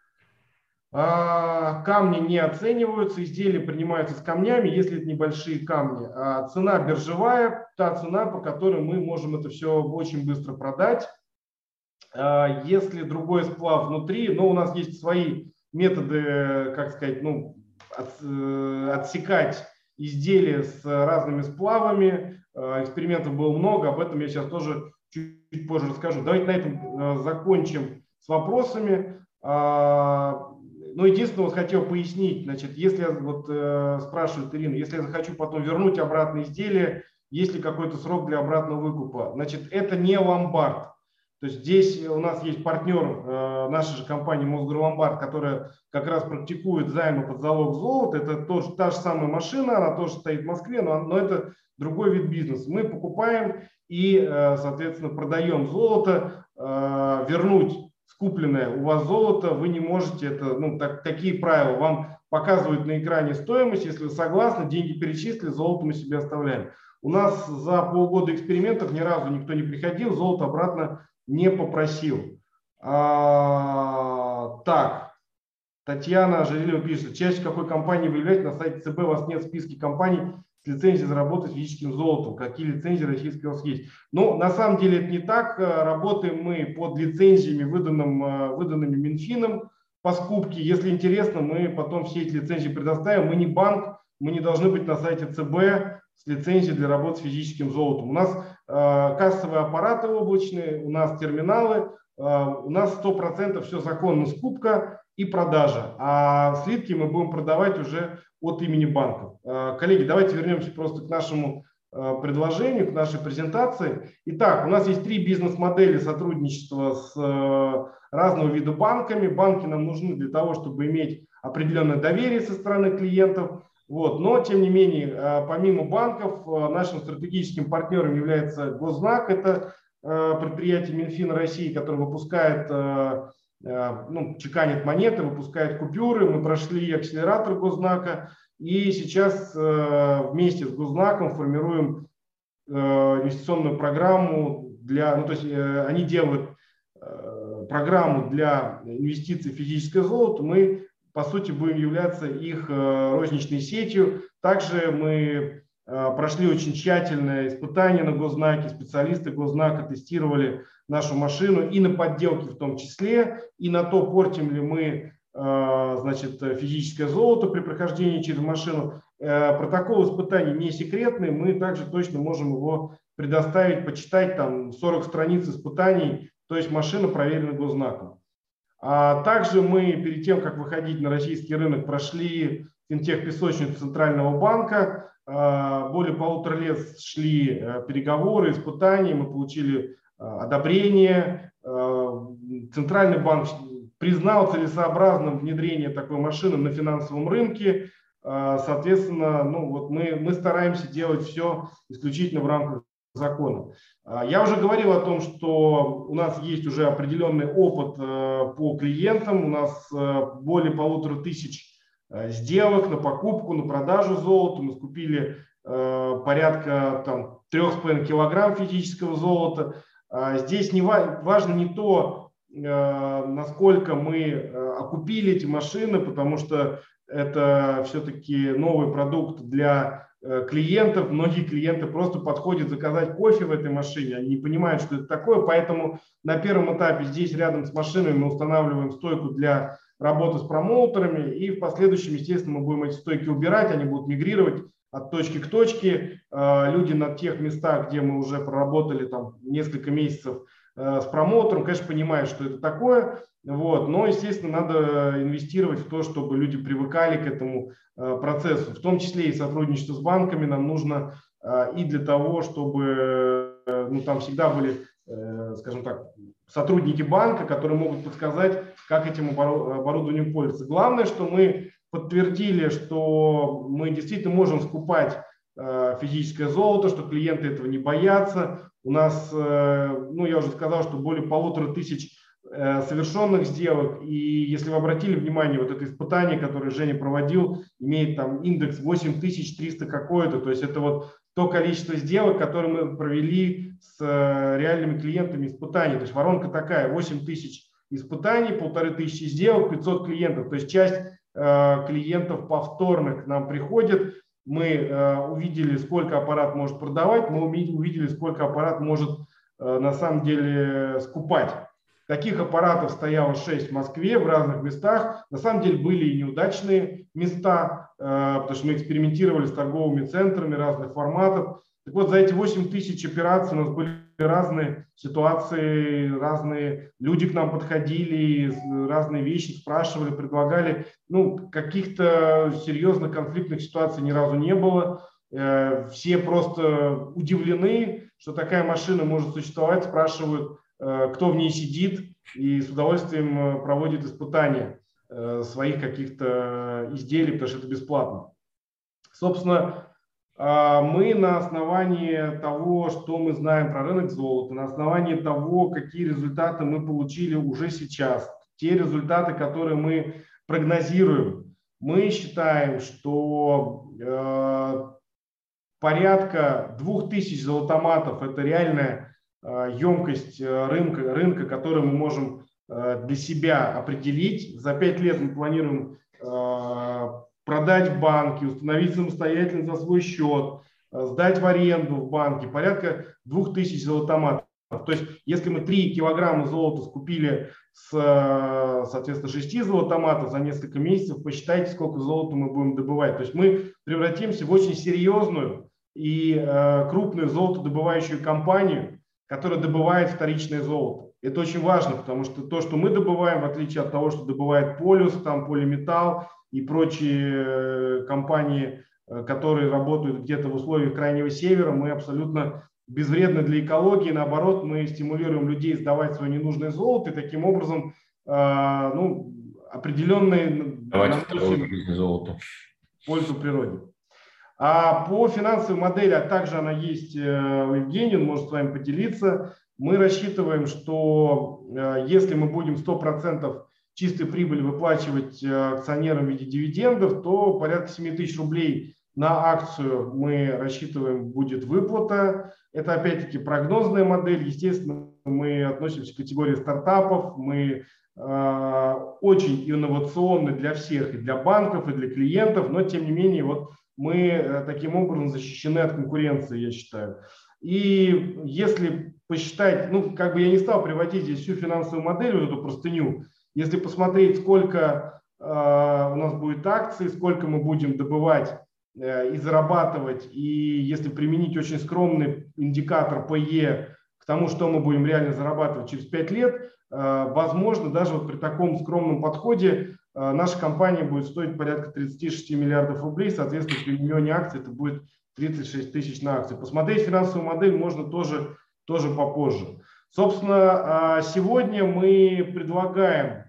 Камни не оцениваются, изделия принимаются с камнями, если это небольшие камни. А цена биржевая, та цена, по которой мы можем это все очень быстро продать. Если другой сплав внутри, но у нас есть свои методы, как сказать, ну, отсекать изделия с разными сплавами. Экспериментов было много, об этом я сейчас тоже чуть позже расскажу. Давайте на этом закончим с вопросами. Ну, единственное, вот хотел пояснить, значит, если я, вот э, спрашивает Ирина, если я захочу потом вернуть обратно изделие, есть ли какой-то срок для обратного выкупа? Значит, это не ломбард. То есть здесь у нас есть партнер э, нашей же компании Мосгорломбард, которая как раз практикует займы под залог золота. Это тоже та же самая машина, она тоже стоит в Москве, но, но это другой вид бизнеса. Мы покупаем и, э, соответственно, продаем золото, э, вернуть купленное у вас золото, вы не можете, это, ну, так, такие правила, вам показывают на экране стоимость, если вы согласны, деньги перечислили, золото мы себе оставляем. У нас за полгода экспериментов ни разу никто не приходил, золото обратно не попросил. А, так, Татьяна Жарилева пишет, частью какой компании вы являетесь, на сайте ЦБ у вас нет в списке компаний с лицензией заработать физическим золотом. Какие лицензии российские у вас есть? Ну, на самом деле это не так. Работаем мы под лицензиями, выданным, выданными Минфином по скупке. Если интересно, мы потом все эти лицензии предоставим. Мы не банк, мы не должны быть на сайте ЦБ с лицензией для работы с физическим золотом. У нас э, кассовые аппараты облачные, у нас терминалы, э, у нас сто процентов все законно, скупка и продажа. А слитки мы будем продавать уже от имени банков. Коллеги, давайте вернемся просто к нашему предложению, к нашей презентации. Итак, у нас есть три бизнес-модели сотрудничества с разного вида банками. Банки нам нужны для того, чтобы иметь определенное доверие со стороны клиентов. Вот. Но, тем не менее, помимо банков, нашим стратегическим партнером является Госзнак. Это предприятие Минфина России, которое выпускает, ну, чеканит монеты, выпускает купюры. Мы прошли акселератор Госзнака и сейчас э, вместе с Госзнаком формируем э, инвестиционную программу для, ну, то есть э, они делают э, программу для инвестиций в физическое золото. Мы, по сути, будем являться их э, розничной сетью. Также мы э, прошли очень тщательное испытание на Госзнаке. Специалисты Госзнака тестировали нашу машину и на подделки в том числе, и на то, портим ли мы, значит, физическое золото при прохождении через машину. Протокол испытаний не секретный, мы также точно можем его предоставить, почитать, там сорок страниц испытаний, то есть машина проверена Госзнаком. А также мы перед тем, как выходить на российский рынок, прошли финтех-песочницу Центрального банка, более полутора лет шли переговоры, испытания, мы получили одобрение. Центральный банк признал целесообразным внедрение такой машины на финансовом рынке. Соответственно, ну, вот мы, мы стараемся делать все исключительно в рамках закона. Я уже говорил о том, что у нас есть уже определенный опыт по клиентам. У нас более полутора тысяч сделок на покупку, на продажу золота. Мы скупили порядка там, трёх с половиной килограмм физического золота. Здесь не важно не то, насколько мы окупили эти машины, потому что это все-таки новый продукт для клиентов. Многие клиенты просто подходят заказать кофе в этой машине, они не понимают, что это такое, поэтому на первом этапе здесь рядом с машиной мы устанавливаем стойку для работы с промоутерами, и в последующем, естественно, мы будем эти стойки убирать, они будут мигрировать от точки к точке. Люди на тех местах, где мы уже проработали там несколько месяцев с промоутером, конечно, понимают, что это такое. Вот. Но, естественно, надо инвестировать в то, чтобы люди привыкали к этому процессу, в том числе и сотрудничество с банками нам нужно и для того, чтобы ну, там всегда были, скажем так, сотрудники банка, которые могут подсказать, как этим оборудованием пользоваться. Главное, что мы подтвердили, что мы действительно можем скупать физическое золото, что клиенты этого не боятся. У нас, ну, я уже сказал, что более полутора тысяч совершенных сделок, и если вы обратили внимание, вот это испытание, которое Женя проводил, имеет там индекс восемь тысяч триста какое-то, то есть это вот то количество сделок, которые мы провели с реальными клиентами испытаний, то есть воронка такая, восемь тысяч испытаний, полторы тысячи сделок, пятьсот клиентов, то есть часть э, клиентов повторных к нам приходит, мы э, увидели, сколько аппарат может продавать, мы увидели, сколько аппарат может э, на самом деле скупать. Таких аппаратов стояло шесть в Москве, в разных местах. На самом деле были и неудачные места, потому что мы экспериментировали с торговыми центрами разных форматов. Так вот, за эти восемь тысяч операций у нас были разные ситуации, разные люди к нам подходили, разные вещи спрашивали, предлагали. Ну, каких-то серьезных конфликтных ситуаций ни разу не было. Все просто удивлены, что такая машина может существовать, спрашивают, кто в ней сидит, и с удовольствием проводит испытания своих каких-то изделий, потому что это бесплатно. Собственно, мы на основании того, что мы знаем про рынок золота, на основании того, какие результаты мы получили уже сейчас, те результаты, которые мы прогнозируем, мы считаем, что порядка двух тысяч золотоматов – это реальная емкость рынка, рынка, который мы можем для себя определить. За пять лет мы планируем продать в банке, установить самостоятельно за свой счет, сдать в аренду в банке порядка двух тысяч золотоматов. То есть, если мы три килограмма золота скупили с, соответственно, шести золотоматов за несколько месяцев, посчитайте, сколько золота мы будем добывать. То есть, мы превратимся в очень серьезную и крупную золотодобывающую компанию, которая добывает вторичное золото. Это очень важно, потому что то, что мы добываем, в отличие от того, что добывает Полюс, там Полиметалл и прочие компании, которые работают где-то в условиях Крайнего Севера, мы абсолютно безвредны для экологии. Наоборот, мы стимулируем людей сдавать свое ненужное золото и таким образом ну, определенные наносим пользу природе. А по финансовой модели, а также она есть у Евгения, он может с вами поделиться, мы рассчитываем, что если мы будем сто процентов чистой прибыли выплачивать акционерам в виде дивидендов, то порядка семь тысяч рублей на акцию мы рассчитываем будет выплата. Это опять-таки прогнозная модель. Естественно, мы относимся к категории стартапов, мы э, очень инновационны для всех, и для банков, и для клиентов, но тем не менее вот мы таким образом защищены от конкуренции, я считаю. И если посчитать, ну, как бы я не стал приводить здесь всю финансовую модель, вот эту простыню, если посмотреть, сколько э, у нас будет акций, сколько мы будем добывать э, и зарабатывать, и если применить очень скромный индикатор пэ е к тому, что мы будем реально зарабатывать через пять лет, э, возможно, даже вот при таком скромном подходе наша компания будет стоить порядка тридцати шести миллиардов рублей, соответственно, при миллионе акций это будет тридцать шесть тысяч на акции. Посмотреть финансовую модель можно тоже, тоже попозже. Собственно, сегодня мы предлагаем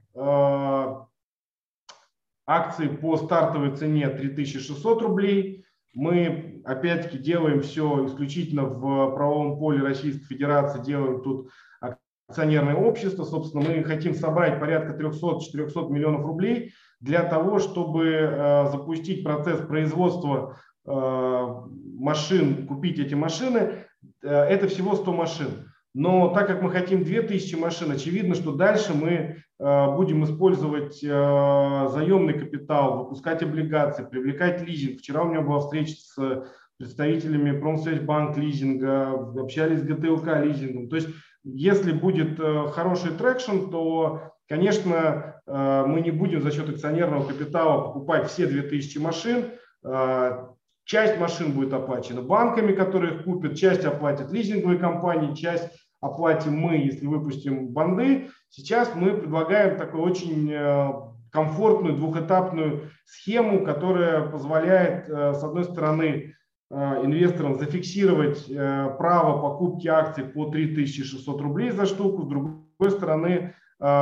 акции по стартовой цене три тысячи шестьсот рублей. Мы, опять-таки, делаем все исключительно в правовом поле Российской Федерации, делаем тут акционерное общество. Собственно, мы хотим собрать порядка трёхсот-четырёхсот миллионов рублей для того, чтобы э, запустить процесс производства э, машин, купить эти машины. Э, это всего сто машин. Но так как мы хотим две тысячи машин, очевидно, что дальше мы э, будем использовать э, заемный капитал, выпускать облигации, привлекать лизинг. Вчера у меня была встреча с представителями Промсвязьбанк лизинга, общались с гэ тэ эл ка лизингом. То есть, если будет э, хороший трекшн, то, конечно, э, мы не будем за счет акционерного капитала покупать все две тысячи машин. Э, часть машин будет оплачена банками, которые их купят, часть оплатят лизинговые компании, часть оплатим мы, если выпустим банды. Сейчас мы предлагаем такую очень комфортную двухэтапную схему, которая позволяет, с одной стороны, инвесторам зафиксировать право покупки акций по три тысячи шестьсот рублей за штуку, с другой стороны,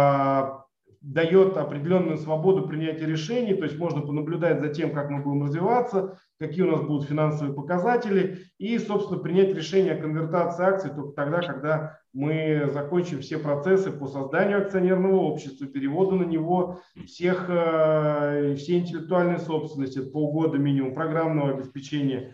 дает определенную свободу принятия решений, то есть можно понаблюдать за тем, как мы будем развиваться, какие у нас будут финансовые показатели и, собственно, принять решение о конвертации акций только тогда, когда мы закончим все процессы по созданию акционерного общества, переводу на него всех, всей интеллектуальной собственности, полгода минимум, программного обеспечения.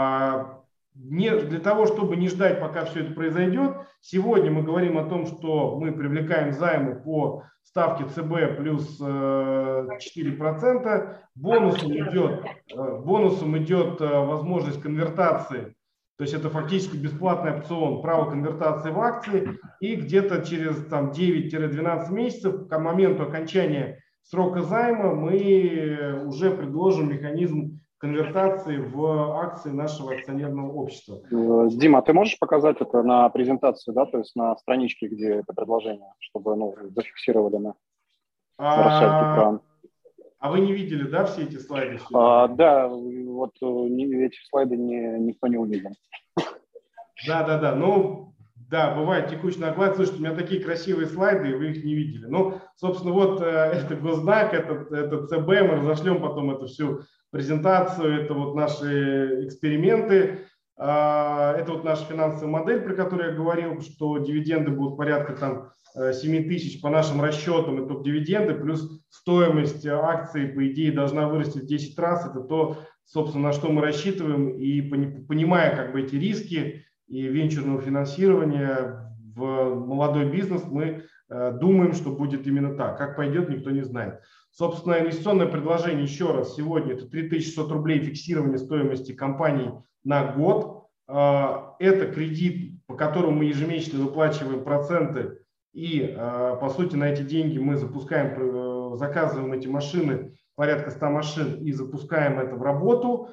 Не, для того, чтобы не ждать, пока все это произойдет, сегодня мы говорим о том, что мы привлекаем займы по ставке ЦБ плюс четыре процента. Бонусом идет, бонусом идет возможность конвертации, то есть это фактически бесплатный опцион, право конвертации в акции. И где-то через девять-двенадцать месяцев, к моменту окончания срока займа, мы уже предложим механизм конвертации в акции нашего акционерного общества. Дима, а ты можешь показать это на презентацию, да, то есть на страничке, где это предложение, чтобы, ну, зафиксировали на, на расширке экрана? А вы не видели, да, все эти слайды? А, да, вот не, эти слайды не, никто не увидел. Да, да, да. Ну, да, бывает текущий наклад. Слушайте, у меня такие красивые слайды, и вы их не видели. Ну, собственно, вот э, это госзнак, это, это ЦБ, мы разошлем потом эту всю презентацию, это вот наши эксперименты, это вот наша финансовая модель, про которую я говорил, что дивиденды будут порядка там семь тысяч по нашим расчетам, это дивиденды, плюс стоимость акций, по идее, должна вырасти в десять раз, это то, собственно, на что мы рассчитываем, и понимая как бы эти риски и венчурного финансирования в молодой бизнес, мы думаем, что будет именно так. Как пойдет, никто не знает. Собственно, инвестиционное предложение, еще раз, сегодня это три тысячи шестьсот рублей фиксирование стоимости компаний на год. Это кредит, по которому мы ежемесячно выплачиваем проценты. И, по сути, на эти деньги мы запускаем, заказываем эти машины, порядка ста машин, и запускаем это в работу.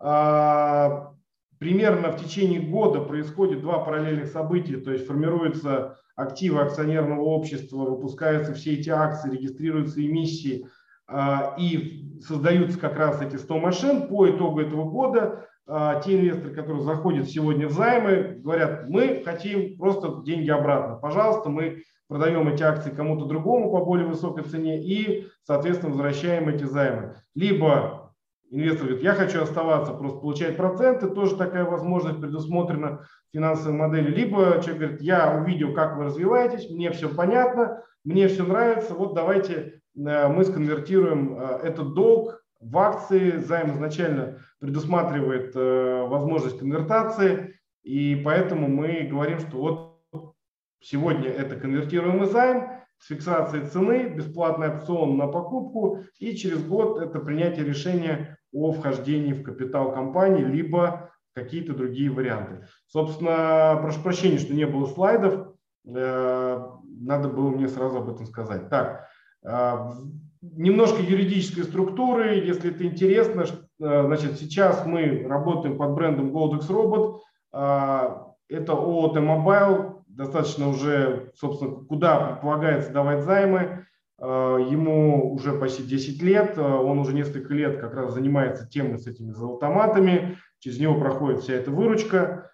Примерно в течение года происходит два параллельных события, то есть формируются активы акционерного общества, выпускаются все эти акции, регистрируются эмиссии и создаются как раз эти сто машин. По итогу этого года те инвесторы, которые заходят сегодня в займы, говорят, мы хотим просто деньги обратно. Пожалуйста, мы продаем эти акции кому-то другому по более высокой цене и, соответственно, возвращаем эти займы. Либо инвестор говорит, я хочу оставаться, просто получать проценты, тоже такая возможность предусмотрена в финансовой модели. Либо человек говорит, я увидел, как вы развиваетесь, мне все понятно, мне все нравится, вот давайте мы сконвертируем этот долг в акции. Займ изначально предусматривает возможность конвертации, и поэтому мы говорим, что вот сегодня это конвертируемый займ с фиксацией цены, бесплатный опцион на покупку, и через год это принятие решения о вхождении в капитал компании, либо какие-то другие варианты. Собственно, прошу прощения, что не было слайдов, надо было мне сразу об этом сказать. Так, немножко юридической структуры, если это интересно, значит, сейчас мы работаем под брендом Goldex Robot, это ООО T-Mobile, достаточно уже, собственно, куда предполагается давать займы. Ему уже почти десять лет, он уже несколько лет как раз занимается темой с этими золотоматами, через него проходит вся эта выручка.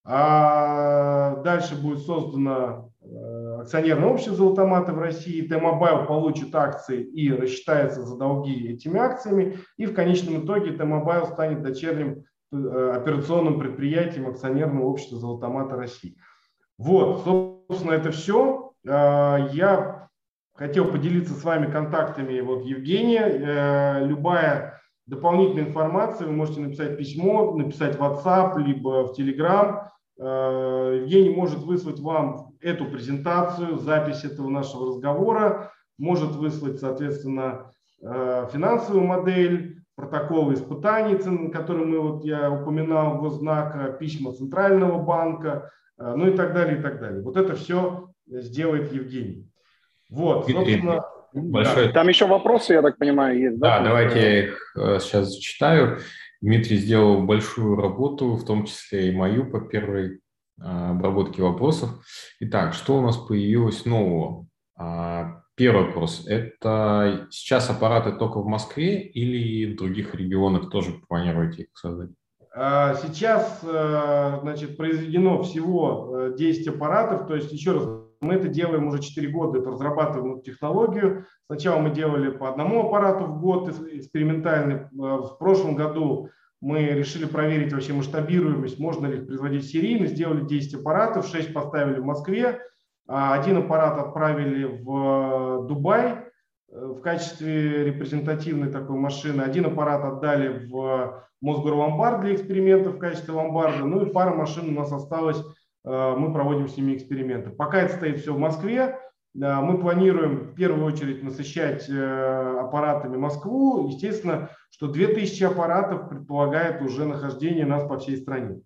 А дальше будет создано акционерное общество «Золотоматы» в России, T-Mobile получит акции и рассчитается за долги этими акциями, и в конечном итоге T-Mobile станет дочерним операционным предприятием акционерного общества «Золотоматы» России. Вот, собственно, это все. Я хотел поделиться с вами контактами вот Евгения. Любая дополнительная информация, вы можете написать письмо, написать в WhatsApp, либо в Telegram. Евгений может выслать вам эту презентацию, запись этого нашего разговора, может выслать, соответственно, финансовую модель, протоколы испытаний, которые мы, вот я упоминал, госзнака, письма Центрального банка, ну и так далее, и так далее. Вот это все сделает Евгений. Вот, собственно... Большое... Да. Там еще вопросы, я так понимаю, есть, да? Да, давайте я их сейчас зачитаю. Дмитрий сделал большую работу, в том числе и мою по первой обработки вопросов. Итак, что у нас появилось нового? Первый вопрос. Это сейчас аппараты только в Москве или в других регионах тоже планируете их создать? Сейчас, значит, произведено всего десять аппаратов, то есть, еще раз, мы это делаем уже четыре года, это разрабатываем технологию. Сначала мы делали по одному аппарату в год экспериментальный. В прошлом году мы решили проверить вообще масштабируемость, можно ли их производить серийно, сделали десять аппаратов, шесть поставили в Москве, один аппарат отправили в Дубай в качестве репрезентативной такой машины, один аппарат отдали в Мосгорломбард для экспериментов в качестве ломбарда, ну и пара машин у нас осталось, мы проводим с ними эксперименты. Пока это стоит все в Москве, мы планируем в первую очередь насыщать аппаратами Москву. Естественно, что две тысячи аппаратов предполагает уже нахождение нас по всей стране.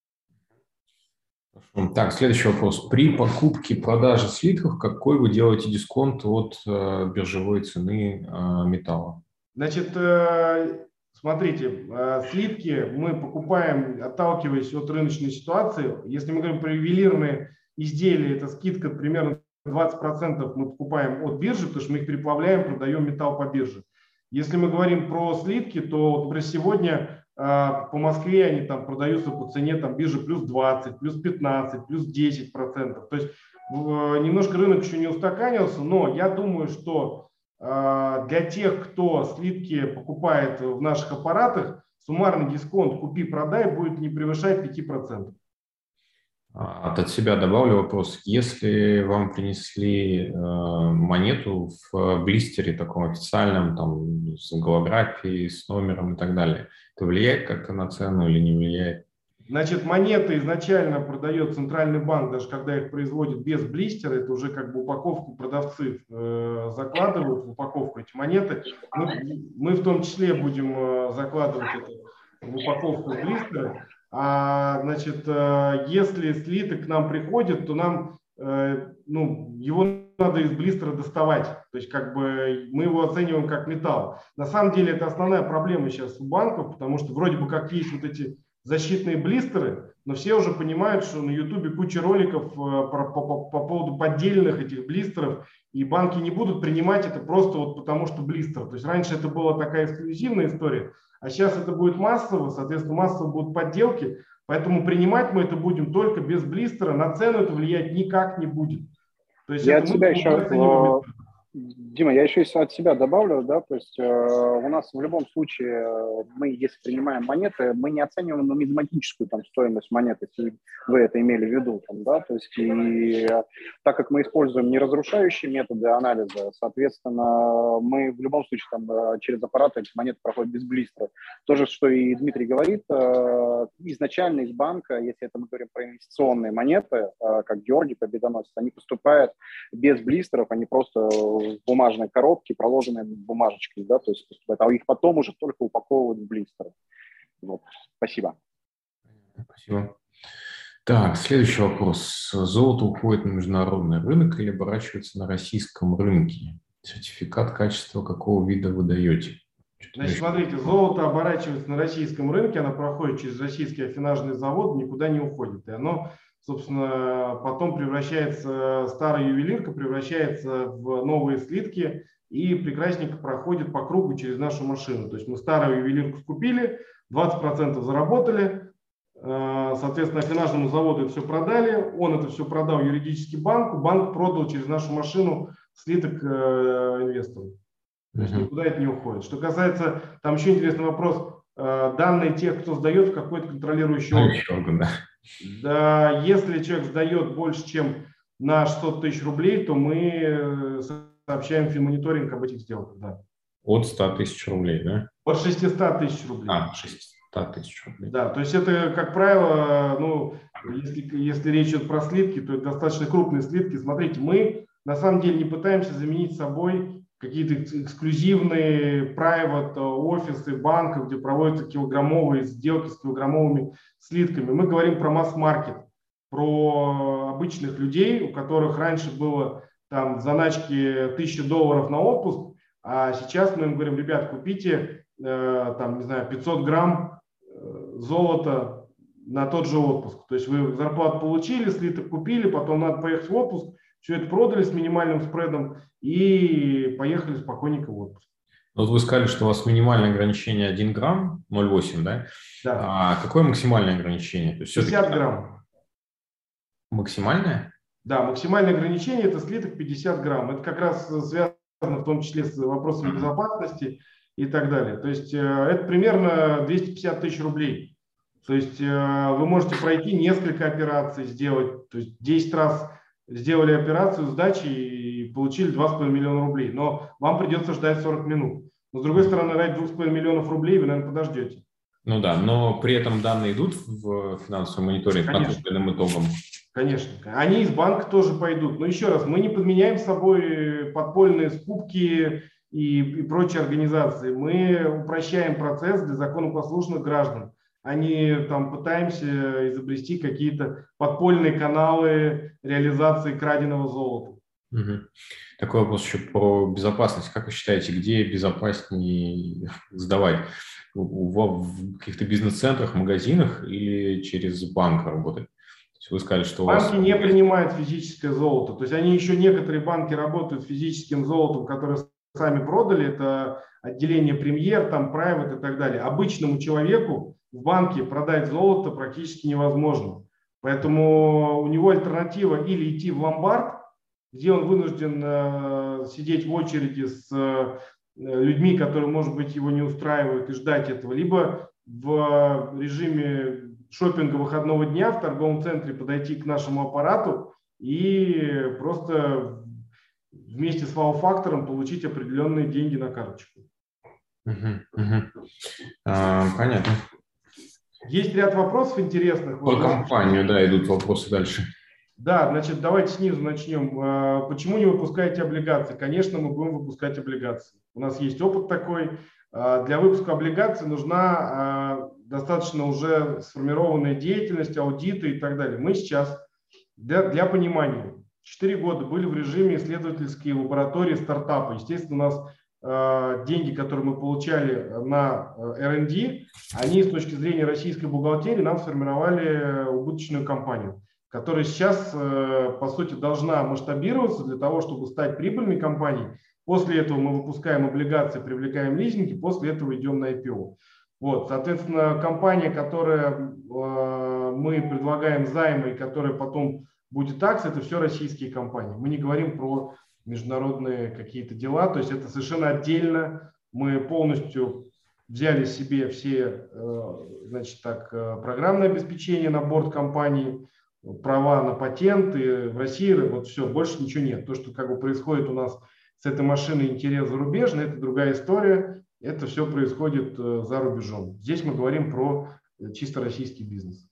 Так, следующий вопрос. При покупке, продаже слитков какой вы делаете дисконт от э, биржевой цены э, металла? Значит, э, смотрите, э, слитки мы покупаем, отталкиваясь от рыночной ситуации. Если мы говорим про ювелирные изделия, это скидка примерно двадцать процентов мы покупаем от биржи, потому что мы их переплавляем, продаем металл по бирже. Если мы говорим про слитки, то, например, сегодня по Москве они там продаются по цене там биржи плюс двадцать, плюс пятнадцать, плюс десять процентов. То есть немножко рынок еще не устаканился, но я думаю, что для тех, кто слитки покупает в наших аппаратах, суммарный дисконт купи-продай будет не превышать пяти процентов. От себя добавлю вопрос. Если вам принесли э, монету в блистере таком официальном, там, с голографией, с номером и так далее, это влияет как-то на цену или не влияет? Значит, монеты изначально продает Центральный банк, даже когда их производят без блистера, это уже как бы упаковку продавцы э, закладывают в упаковку эти монеты. Мы, мы в том числе будем э, закладывать это в упаковку блистера. А, значит, если слиток к нам приходит, то нам, ну, его надо из блистера доставать. То есть, как бы, мы его оцениваем как металл. На самом деле, это основная проблема сейчас у банков, потому что вроде бы как есть вот эти защитные блистеры, но все уже понимают, что на Ютубе куча роликов по, по, по, по поводу поддельных этих блистеров, и банки не будут принимать это просто вот потому, что блистер. То есть, раньше это была такая эксклюзивная история, а сейчас это будет массово, соответственно, массово будут подделки, поэтому принимать мы это будем только без блистера, на цену это влиять никак не будет. То есть я от себя еще, Дима, я еще от себя добавлю, да, то есть э, у нас в любом случае мы, если принимаем монеты, мы не оцениваем нумизматическую там стоимость монеты, если вы это имели в виду, там, да, то есть и так как мы используем неразрушающие методы анализа, соответственно, мы в любом случае там через аппараты эти монеты проходят без блистера. То же, что и Дмитрий говорит, э, изначально из банка, если это мы говорим про инвестиционные монеты, э, как Георгий Победоносец, они поступают без блистеров, они просто в бумажной коробке, проложенной бумажечкой, да, то есть а их потом уже только упаковывают в блистеры. Вот. Спасибо. Спасибо. Так, следующий вопрос. Золото уходит на международный рынок или оборачивается на российском рынке? Сертификат качества какого вида вы даете? Значит, смотрите, золото оборачивается на российском рынке, оно проходит через российский аффинажный завод, никуда не уходит. И оно, собственно, потом превращается, старая ювелирка превращается в новые слитки и прекрасненько проходит по кругу через нашу машину. То есть мы старую ювелирку купили, двадцать процентов заработали, соответственно, аффинажному заводу это все продали, он это все продал юридически банку, банк продал через нашу машину слиток инвестору. То есть никуда это не уходит. Что касается, там еще интересный вопрос, данные тех, кто сдает в какой-то контролирующий орган. Да. Да, если человек сдает больше, чем на шестьсот тысяч рублей, то мы сообщаем в финмониторинг об этих сделках. Да. От ста тысяч рублей, да? От шестисот тысяч рублей. А, шестьсот тысяч рублей. Да, то есть это, как правило, ну, если, если речь идет про слитки, то это достаточно крупные слитки. Смотрите, мы на самом деле не пытаемся заменить собой какие-то эксклюзивные private офисы банков, где проводятся килограммовые сделки с килограммовыми слитками. Мы говорим про масс-маркет, про обычных людей, у которых раньше было там в заначке тысяча долларов на отпуск, а сейчас мы им говорим: ребят, купите э, там, не знаю, пятьсот грамм э, золота на тот же отпуск. То есть вы зарплату получили, слиток купили, потом надо поехать в отпуск, все это продали с минимальным спредом и поехали спокойненько в отпуск. Вот вы сказали, что у вас минимальное ограничение один грамм, ноль целых восемь, да? Да. А какое максимальное ограничение? То есть пятьдесят грамм. Максимальное? Да, максимальное ограничение – это слиток пятьдесят грамм. Это как раз связано в том числе с вопросами безопасности и так далее. То есть это примерно двести пятьдесят тысяч рублей. То есть вы можете пройти несколько операций, сделать, то есть десять раз сделали операцию сдачи и получили два с половиной миллиона рублей. Но вам придется ждать сорок минут. Но с другой стороны, ради двух с половиной миллионов рублей вы, наверное, подождете. Ну да, но при этом данные идут в финансовый мониторинг по ответственным итогам. Конечно. Они из банка тоже пойдут. Но еще раз, мы не подменяем с собой подпольные скупки и, и прочие организации. Мы упрощаем процесс для законопослушных граждан, а не там пытаемся изобрести какие-то подпольные каналы реализации краденого золота. Угу. Такой вопрос еще про безопасность. Как вы считаете, где безопаснее сдавать? В каких-то бизнес-центрах, магазинах или через банк работать? Вы сказали, что у вас... Банки не принимают физическое золото. То есть они еще, некоторые банки работают с физическим золотом, которое сами продали. Это отделение премьер, там, private и так далее. Обычному человеку в банке продать золото практически невозможно. Поэтому у него альтернатива или идти в ломбард, где он вынужден э, сидеть в очереди с э, людьми, которые, может быть, его не устраивают, и ждать этого, либо в режиме шопинга выходного дня в торговом центре подойти к нашему аппарату и просто вместе с вау-фактором получить определенные деньги на карточку. Uh-huh, uh-huh. А, понятно. Есть ряд вопросов интересных. По вот компанию, да, идут вопросы дальше. Да, значит, давайте снизу начнем. Почему не выпускаете облигации? Конечно, мы будем выпускать облигации. У нас есть опыт такой. Для выпуска облигаций нужна достаточно уже сформированная деятельность, аудиты и так далее. Мы сейчас, для, для понимания, четыре года были в режиме исследовательской лаборатории стартапа. Естественно, у нас э, деньги, которые мы получали на эр энд ди, они с точки зрения российской бухгалтерии нам сформировали убыточную компанию, которая сейчас, э, по сути, должна масштабироваться для того, чтобы стать прибыльной компанией. После этого мы выпускаем облигации, привлекаем лизинги, после этого идем на ай пи о. Вот, соответственно, компания, которая э, мы предлагаем займы, и которая потом будет акция, это все российские компании. Мы не говорим про международные какие-то дела, то есть это совершенно отдельно. Мы полностью взяли себе все, э, значит, так, программное обеспечение на борт компании, права на патенты в России, вот все, больше ничего нет. То, что как бы происходит у нас с этой машиной интерес зарубежный, это другая история. Это все происходит за рубежом. Здесь мы говорим про чисто российский бизнес.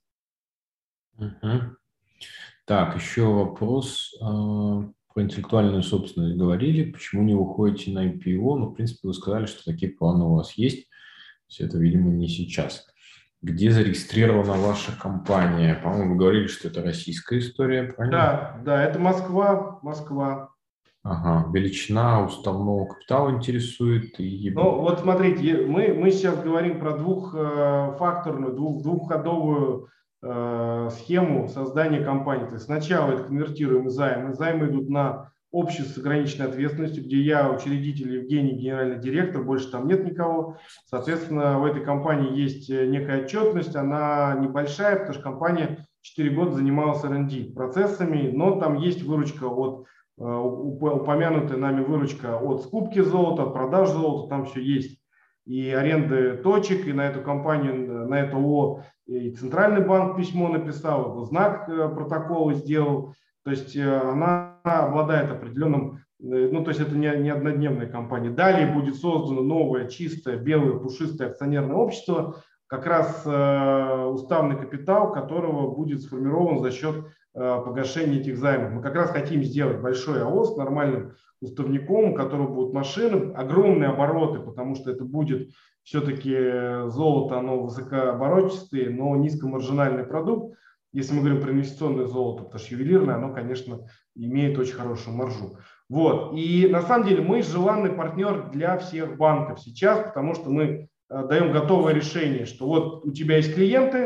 Угу. Так, еще вопрос э, про интеллектуальную собственность говорили. Почему не выходите на ай пи о? Ну, в принципе, вы сказали, что такие планы у вас есть. То есть это, видимо, не сейчас. Где зарегистрирована ваша компания? По-моему, вы говорили, что это российская история, правильно? Да, да, это Москва, Москва. Ага, величина уставного капитала интересует. И... Ну, вот смотрите, мы, мы сейчас говорим про двухфакторную, двух, двухходовую э, схему создания компании. То есть сначала это конвертируемые займы. Займы идут на общество с ограниченной ответственностью, где я учредитель, Евгений, генеральный директор, больше там нет никого. Соответственно, в этой компании есть некая отчетность, она небольшая, потому что компания четыре года занималась эр энд ди процессами, но там есть выручка от упомянутая нами выручка от скупки золота, от продаж золота, там все есть. И аренды точек, и на эту компанию, на это ООО и Центральный банк письмо написал, знак протокола сделал. То есть она обладает определенным, ну то есть это не, не однодневная компания. Далее будет создано новое, чистое, белое, пушистое акционерное общество, как раз э, уставный капитал которого будет сформирован за счет погашения этих займов. Мы как раз хотим сделать большой АО с нормальным уставником, у которого будут машины, огромные обороты, потому что это будет все-таки золото, оно высокооборотистое, но низкомаржинальный продукт. Если мы говорим про инвестиционное золото, потому что ювелирное, оно, конечно, имеет очень хорошую маржу. Вот. И на самом деле мы желанный партнер для всех банков сейчас, потому что мы даем готовое решение, что вот у тебя есть клиенты,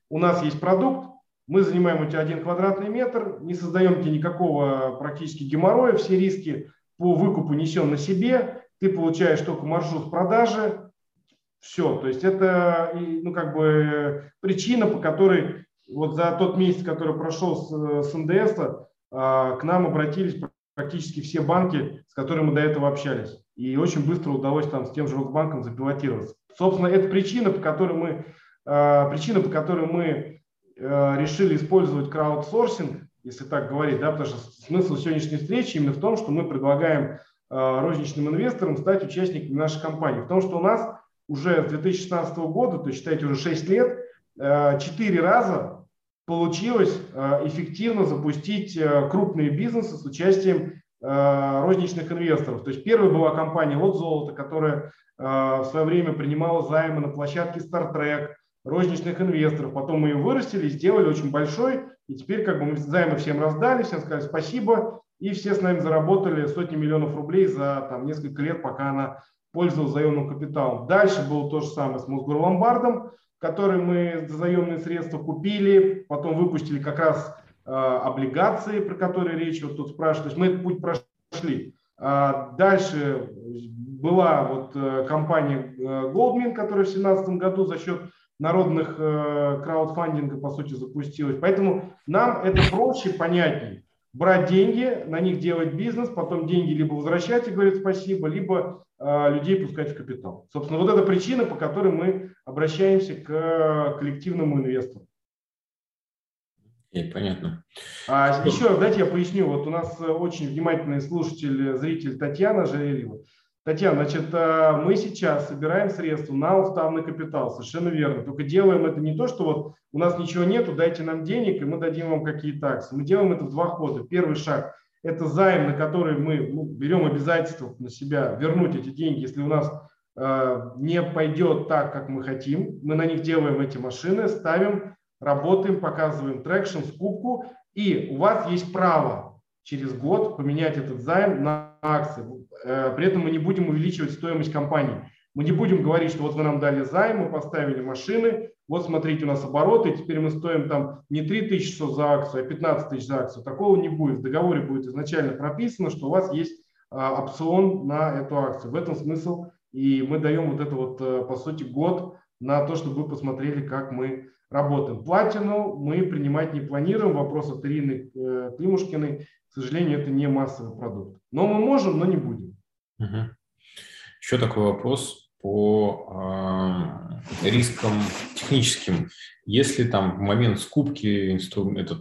у нас есть продукт, мы занимаем у тебя один квадратный метр, не создаем тебе никакого практически геморроя, все риски по выкупу несем на себе, ты получаешь только маршрут продажи, все. То есть это ну, как бы причина, по которой вот за тот месяц, который прошел с, с эн дэ эс, к нам обратились практически все банки, с которыми мы до этого общались. И очень быстро удалось там с тем же Росбанком запилотироваться. Собственно, это причина, по которой мы, причина, по которой мы решили использовать краудсорсинг, если так говорить, да, потому что смысл сегодняшней встречи именно в том, что мы предлагаем розничным инвесторам стать участниками нашей компании. В том, что у нас уже с две тысячи шестнадцатого года, то есть считайте уже шесть лет, четыре раза получилось эффективно запустить крупные бизнесы с участием розничных инвесторов. То есть первой была компания «Лот Золото», которая в свое время принимала займы на площадке StarTrack, розничных инвесторов. Потом мы ее вырастили, сделали очень большой, и теперь как бы мы займы всем раздали, всем сказали спасибо, и все с нами заработали сотни миллионов рублей за там, несколько лет, пока она пользовалась заемным капиталом. Дальше было то же самое с Мосгорломбардом, который мы за заемные средства купили, потом выпустили как раз э, облигации, про которые речь вот тут спрашивают. То есть мы этот путь прошли. А дальше была вот э, компания э, Goldman, которая в две тысячи семнадцатом году за счет народных э, краудфандинга, по сути, запустилась. Поэтому нам это проще, понятнее. Брать деньги, на них делать бизнес, потом деньги либо возвращать и говорить спасибо, либо э, людей пускать в капитал. Собственно, вот это причина, по которой мы обращаемся к коллективному инвестору. И понятно. А еще раз, дайте я поясню. Вот у нас очень внимательный слушатель, зритель Татьяна Жарелева. Татьяна, значит, мы сейчас собираем средства на уставный капитал, совершенно верно. Только делаем это не то, что вот у нас ничего нету, дайте нам денег, и мы дадим вам какие-то акции. Мы делаем это в два хода. Первый шаг – это займ, на который мы ну, берем обязательство на себя вернуть эти деньги, если у нас э, не пойдет так, как мы хотим. Мы на них делаем эти машины, ставим, работаем, показываем трекшн, скупку, и у вас есть право через год поменять этот займ на акции. При этом мы не будем увеличивать стоимость компании. Мы не будем говорить, что вот вы нам дали займ, мы поставили машины, вот смотрите, у нас обороты, и теперь мы стоим там не три тысячи за акцию, а пятнадцать тысяч за акцию. Такого не будет. В договоре будет изначально прописано, что у вас есть а, опцион на эту акцию. В этом смысл. И мы даем вот это вот, по сути, год на то, чтобы вы посмотрели, как мы работаем. Платину мы принимать не планируем. Вопрос от Ирины э, Климушкиной. К сожалению, это не массовый продукт. Но мы можем, но не будем. Угу. Еще такой вопрос по э, рискам техническим. Если там в момент скупки инструмент, этот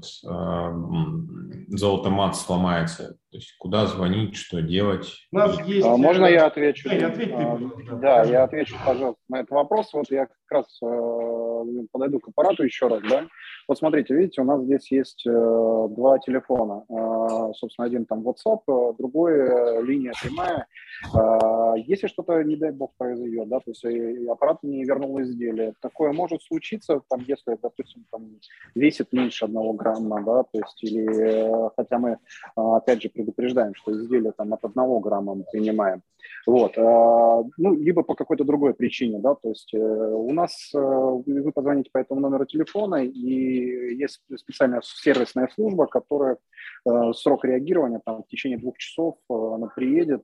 э, золотомат сломается, то есть куда звонить, что делать? У нас есть... А, можно я отвечу? Да, я ответь, а, ты, да, я отвечу, пожалуйста, на этот вопрос. Вот я как раз э, подойду к аппарату еще раз, да. Вот смотрите, видите, у нас здесь есть э, два телефона. Э, собственно, один там WhatsApp, другой э, линия прямая. Э, если что-то, не дай бог, произойдет, да, то есть аппарат не вернул изделие, такое может случиться, там, если, допустим, там, весит меньше одного грамма, да, то есть, или, хотя мы, опять же, предупреждаем, что изделие там от одного грамма мы принимаем, вот, ну, либо по какой-то другой причине, да, то есть у нас, вы позвоните по этому номеру телефона, и есть специальная сервисная служба, которая срок реагирования, там, в течение двух часов она приедет,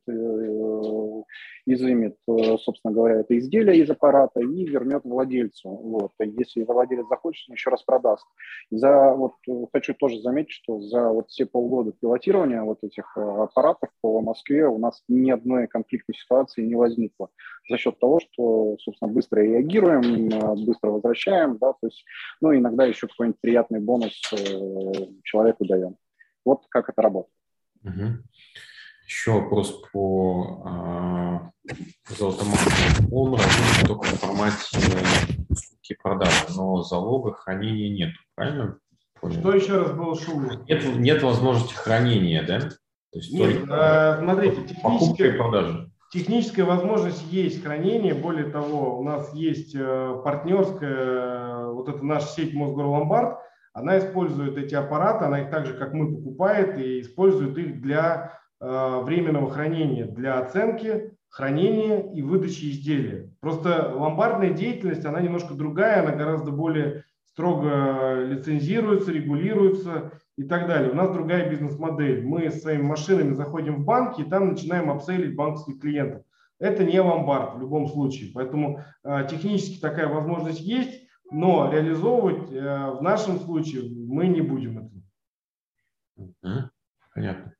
изымет, собственно говоря, это изделие из аппарата и вернет владельцу. Вот. Если владелец захочет, еще раз продаст. За, вот, хочу тоже заметить, что за вот все полгода пилотирования вот этих аппаратов по Москве у нас ни одной конфликтной ситуации не возникло. За счет того, что, собственно, быстро реагируем, быстро возвращаем, да, то есть, ну, иногда еще какой-нибудь приятный бонус человеку даем. Вот как это работает. Угу. Еще вопрос по э, золотомату. Он работает только в формате скупки продажи, но залога хранения нет, правильно? Понял? Что еще раз было шумно? Нет, нет возможности хранения, да? То есть нет, только, э, смотрите, техническая продажа. Техническая возможность есть хранение. Более того, у нас есть э, партнерская, вот это наша сеть Мосгорломбард. Она использует эти аппараты, она их так же, как мы, покупает и использует их для э, временного хранения, для оценки, хранения и выдачи изделия. Просто ломбардная деятельность, она немножко другая, она гораздо более строго лицензируются, регулируются и так далее. У нас другая бизнес-модель. Мы с своими машинами заходим в банки и там начинаем апсейлить банковских клиентов. Это не ломбард в любом случае. Поэтому э, технически такая возможность есть, но реализовывать э, в нашем случае мы не будем это. Понятно.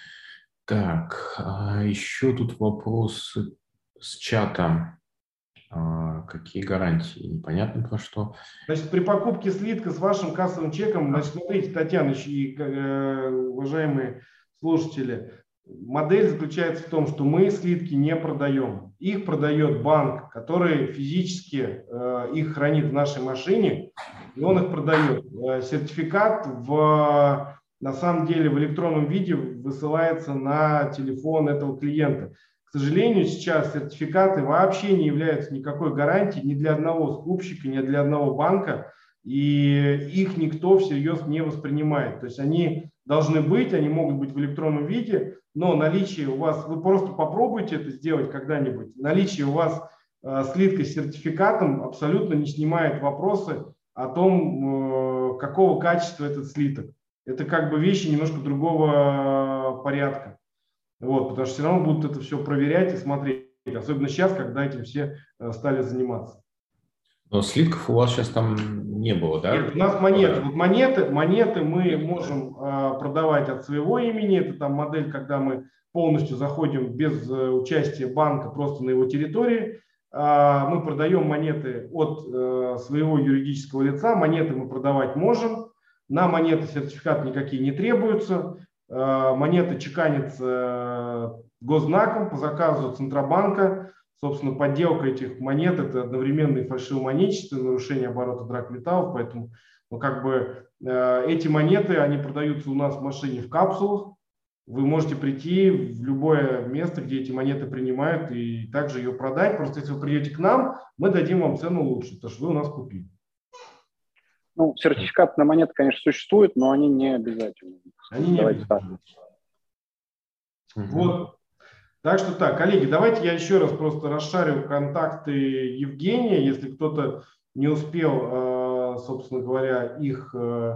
Так, а еще тут вопросы с чата. А, какие гарантии? Непонятно про что. Значит, при покупке слитка с вашим кассовым чеком, значит, смотрите, Татьяна и э, уважаемые слушатели, модель заключается в том, что мы слитки не продаем. Их продает банк, который физически э, их хранит в нашей машине, и он их продает. Э, сертификат в, на самом деле в электронном виде высылается на телефон этого клиента. К сожалению, сейчас сертификаты вообще не являются никакой гарантией ни для одного скупщика, ни для одного банка, и их никто всерьез не воспринимает. То есть они должны быть, они могут быть в электронном виде, но наличие у вас, вы просто попробуйте это сделать когда-нибудь, наличие у вас э, слитка с сертификатом абсолютно не снимает вопросы о том, э, какого качества этот слиток. Это как бы вещи немножко другого порядка. Вот, потому что все равно будут это все проверять и смотреть, особенно сейчас, когда этим все стали заниматься. Но слитков у вас сейчас там не было, да? Нет, у нас монеты. Вот монеты, монеты мы можем э, продавать от своего имени. Это там модель, когда мы полностью заходим без э, участия банка, просто на его территории. Э, мы продаем монеты от э, своего юридического лица. Монеты мы продавать можем. На монеты сертификат никакие не требуются. Монеты чеканятся госзнаком по заказу Центробанка. Собственно, подделка этих монет – это одновременно и фальшивомонетчество, нарушение оборота драгметаллов. Поэтому ну, как бы, эти монеты, они продаются у нас в машине в капсулах. Вы можете прийти в любое место, где эти монеты принимают, и также ее продать. Просто если вы придете к нам, мы дадим вам цену лучше, потому что вы у нас купили. Ну, сертификаты на монеты, конечно, существуют, но они не обязательны. Они не обязательны. Вот. Так что так, коллеги, давайте я еще раз просто расшарю контакты Евгения, если кто-то не успел, собственно говоря, их,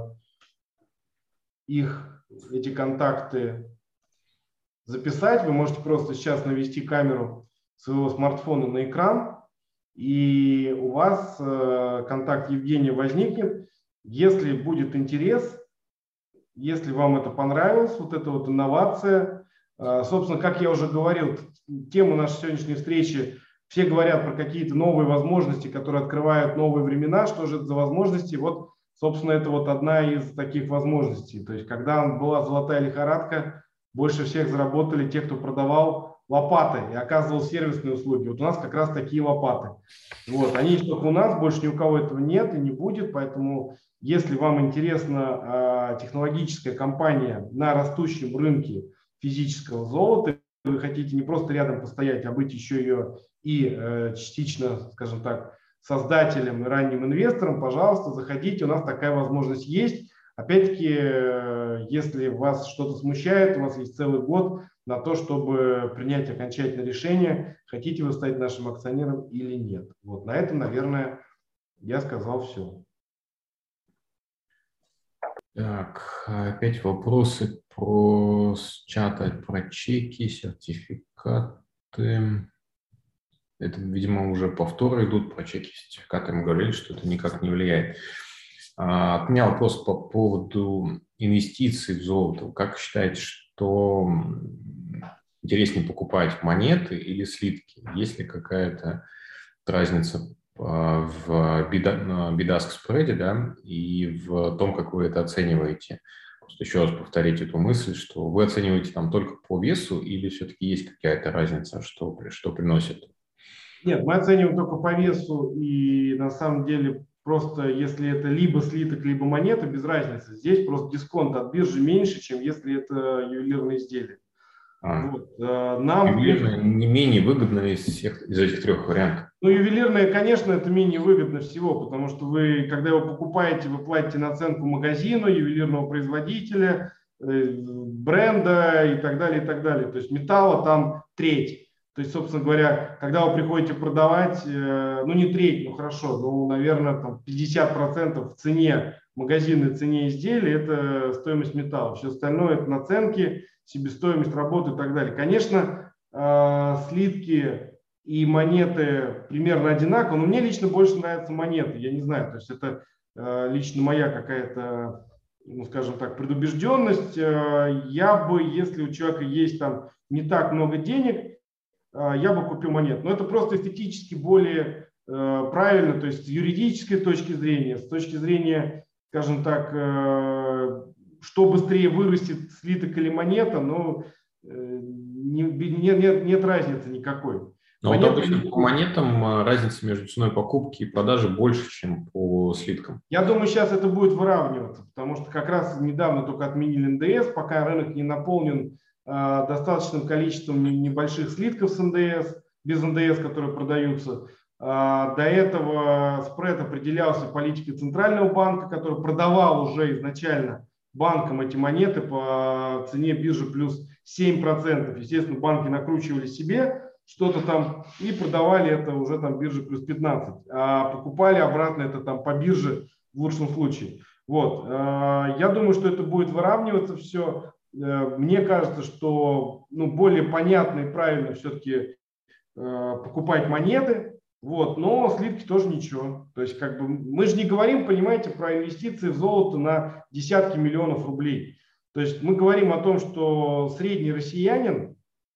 их эти контакты записать. Вы можете просто сейчас навести камеру своего смартфона на экран, и у вас контакт Евгения возникнет. Если будет интерес, если вам это понравилось, вот эта вот инновация, собственно, как я уже говорил, тема нашей сегодняшней встречи, все говорят про какие-то новые возможности, которые открывают новые времена. Что же это за возможности? Вот, собственно, это вот одна из таких возможностей. То есть, когда была золотая лихорадка, больше всех заработали те, кто продавал лопаты и оказывал сервисные услуги. Вот у нас как раз такие лопаты. Вот, они есть только у нас, больше ни у кого этого нет и не будет, поэтому если вам интересна э, технологическая компания на растущем рынке физического золота, вы хотите не просто рядом постоять, а быть еще ее и э, частично, скажем так, создателем и ранним инвестором, пожалуйста, заходите, у нас такая возможность есть. Опять-таки, э, если вас что-то смущает, у вас есть целый год на то, чтобы принять окончательное решение, хотите вы стать нашим акционером или нет. Вот на этом, наверное, я сказал все. Так, опять вопросы про с чата, про чеки, сертификаты. Это, видимо, уже повторы идут про чеки, сертификаты. Мы говорили, что это никак не влияет. А, от меня вопрос по поводу инвестиций в золото. Как считаете, что интереснее покупать монеты или слитки? Есть ли какая-то разница в bid-ask спреде, да, и в том, как вы это оцениваете? Просто еще раз повторить эту мысль, что вы оцениваете там только по весу или все-таки есть какая-то разница, что, что приносит? Нет, мы оцениваем только по весу, и на самом деле просто если это либо слиток, либо монета, без разницы. Здесь просто дисконт от биржи меньше, чем если это ювелирное изделие. А. Вот. Нам ювелирное не менее выгодно из, всех, из этих трех вариантов? Ну, ювелирное, конечно, это менее выгодно всего, потому что вы, когда его покупаете, вы платите наценку магазину, ювелирного производителя, бренда и так далее, и так далее. То есть металла там треть. То есть, собственно говоря, когда вы приходите продавать, ну не треть, ну хорошо, ну, наверное, там пятьдесят процентов в цене, магазинной цене изделия – это стоимость металла. Все остальное – это наценки, себестоимость работы и так далее. Конечно, слитки и монеты примерно одинаковые, но мне лично больше нравятся монеты, я не знаю, то есть это лично моя какая-то, ну, скажем так, предубежденность. Я бы, если у человека есть там не так много денег, я бы купил монет. Но это просто эстетически более э, правильно, то есть с юридической точки зрения, с точки зрения, скажем так, э, что быстрее вырастет, слиток или монета, но э, не, не, нет, нет разницы никакой. Но вот, допустим, по монетам разница между ценой покупки и продажи больше, чем по слиткам. Я думаю, сейчас это будет выравниваться, потому что как раз недавно только отменили эн дэ эс, пока рынок не наполнен достаточным количеством небольших слитков с эн дэ эс, без эн дэ эс, которые продаются. До этого спред определялся политикой Центрального банка, который продавал уже изначально банкам эти монеты по цене биржи плюс семь процентов. Естественно, банки накручивали себе что-то там и продавали это уже там бирже плюс пятнадцать, а покупали обратно это там по бирже в лучшем случае. Вот. Я думаю, что это будет выравниваться все. Мне кажется, что ну, более понятно и правильно все-таки э, покупать монеты, вот, но слитки тоже ничего. То есть как бы мы же не говорим, понимаете, про инвестиции в золото на десятки миллионов рублей. То есть мы говорим о том, что средний россиянин, э,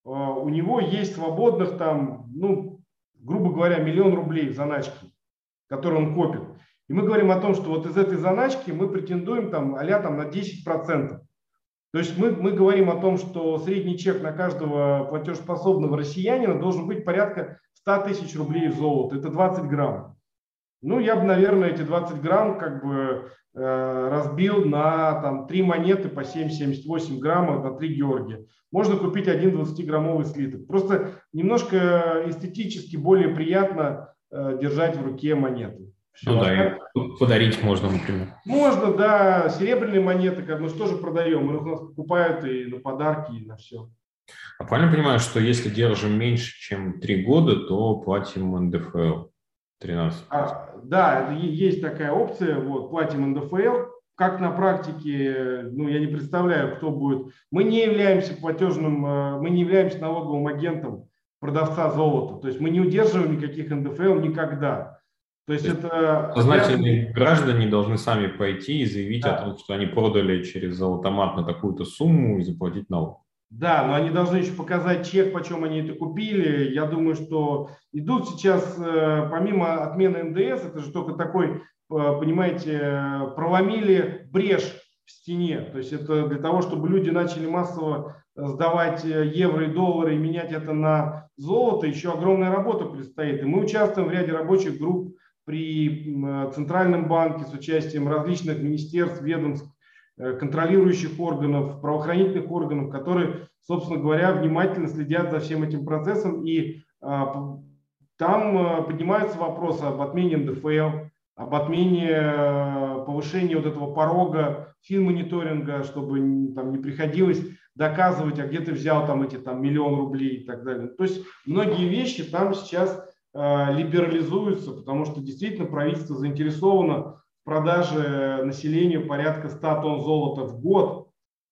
у него есть свободных там, ну, грубо говоря, миллион рублей в заначке, которые он копит. И мы говорим о том, что вот из этой заначки мы претендуем там а-ля там на десять процентов. То есть мы, мы говорим о том, что средний чек на каждого платежеспособного россиянина должен быть порядка ста тысяч рублей в золото. Это двадцать грамм. Ну, я бы, наверное, эти двадцать грамм как бы э, разбил на там, три монеты по семь целых семьдесят восемь грамма, на три Георгия. Можно купить один двадцатиграммовый слиток. Просто немножко эстетически более приятно э, держать в руке монеты. Все. Ну да, и подарить можно, например. Можно, да, серебряные монеты, как мы же тоже продаем, их у нас покупают и на подарки, и на все. А правильно понимаю, что если держим меньше, чем три года, то платим эн дэ эф эл тринадцать? А, да, есть такая опция, вот, платим эн дэ эф эл. Как на практике, ну, я не представляю, кто будет. Мы не являемся платежным, мы не являемся налоговым агентом продавца золота, то есть мы не удерживаем никаких эн дэ эф эл никогда. То есть, То есть это сознательные граждане должны сами пойти и заявить да. о том, что они продали через золотомат на такую-то сумму и заплатить налог. Да, но они должны еще показать чек, почем они это купили. Я думаю, что идут сейчас, помимо отмены эн дэ эс, это же только такой, понимаете, проломили брешь в стене. То есть это для того, чтобы люди начали массово сдавать евро и доллары и менять это на золото, еще огромная работа предстоит. И мы участвуем в ряде рабочих групп при Центральном банке с участием различных министерств, ведомств, контролирующих органов, правоохранительных органов, которые, собственно говоря, внимательно следят за всем этим процессом. И а, там а, поднимаются вопросы об отмене эн дэ эф эл, об отмене а, повышения вот этого порога финмониторинга, чтобы там не приходилось доказывать, а где ты взял там эти там миллион рублей и так далее. То есть многие вещи там сейчас либерализуются, потому что действительно правительство заинтересовано в продаже населению порядка ста тонн золота в год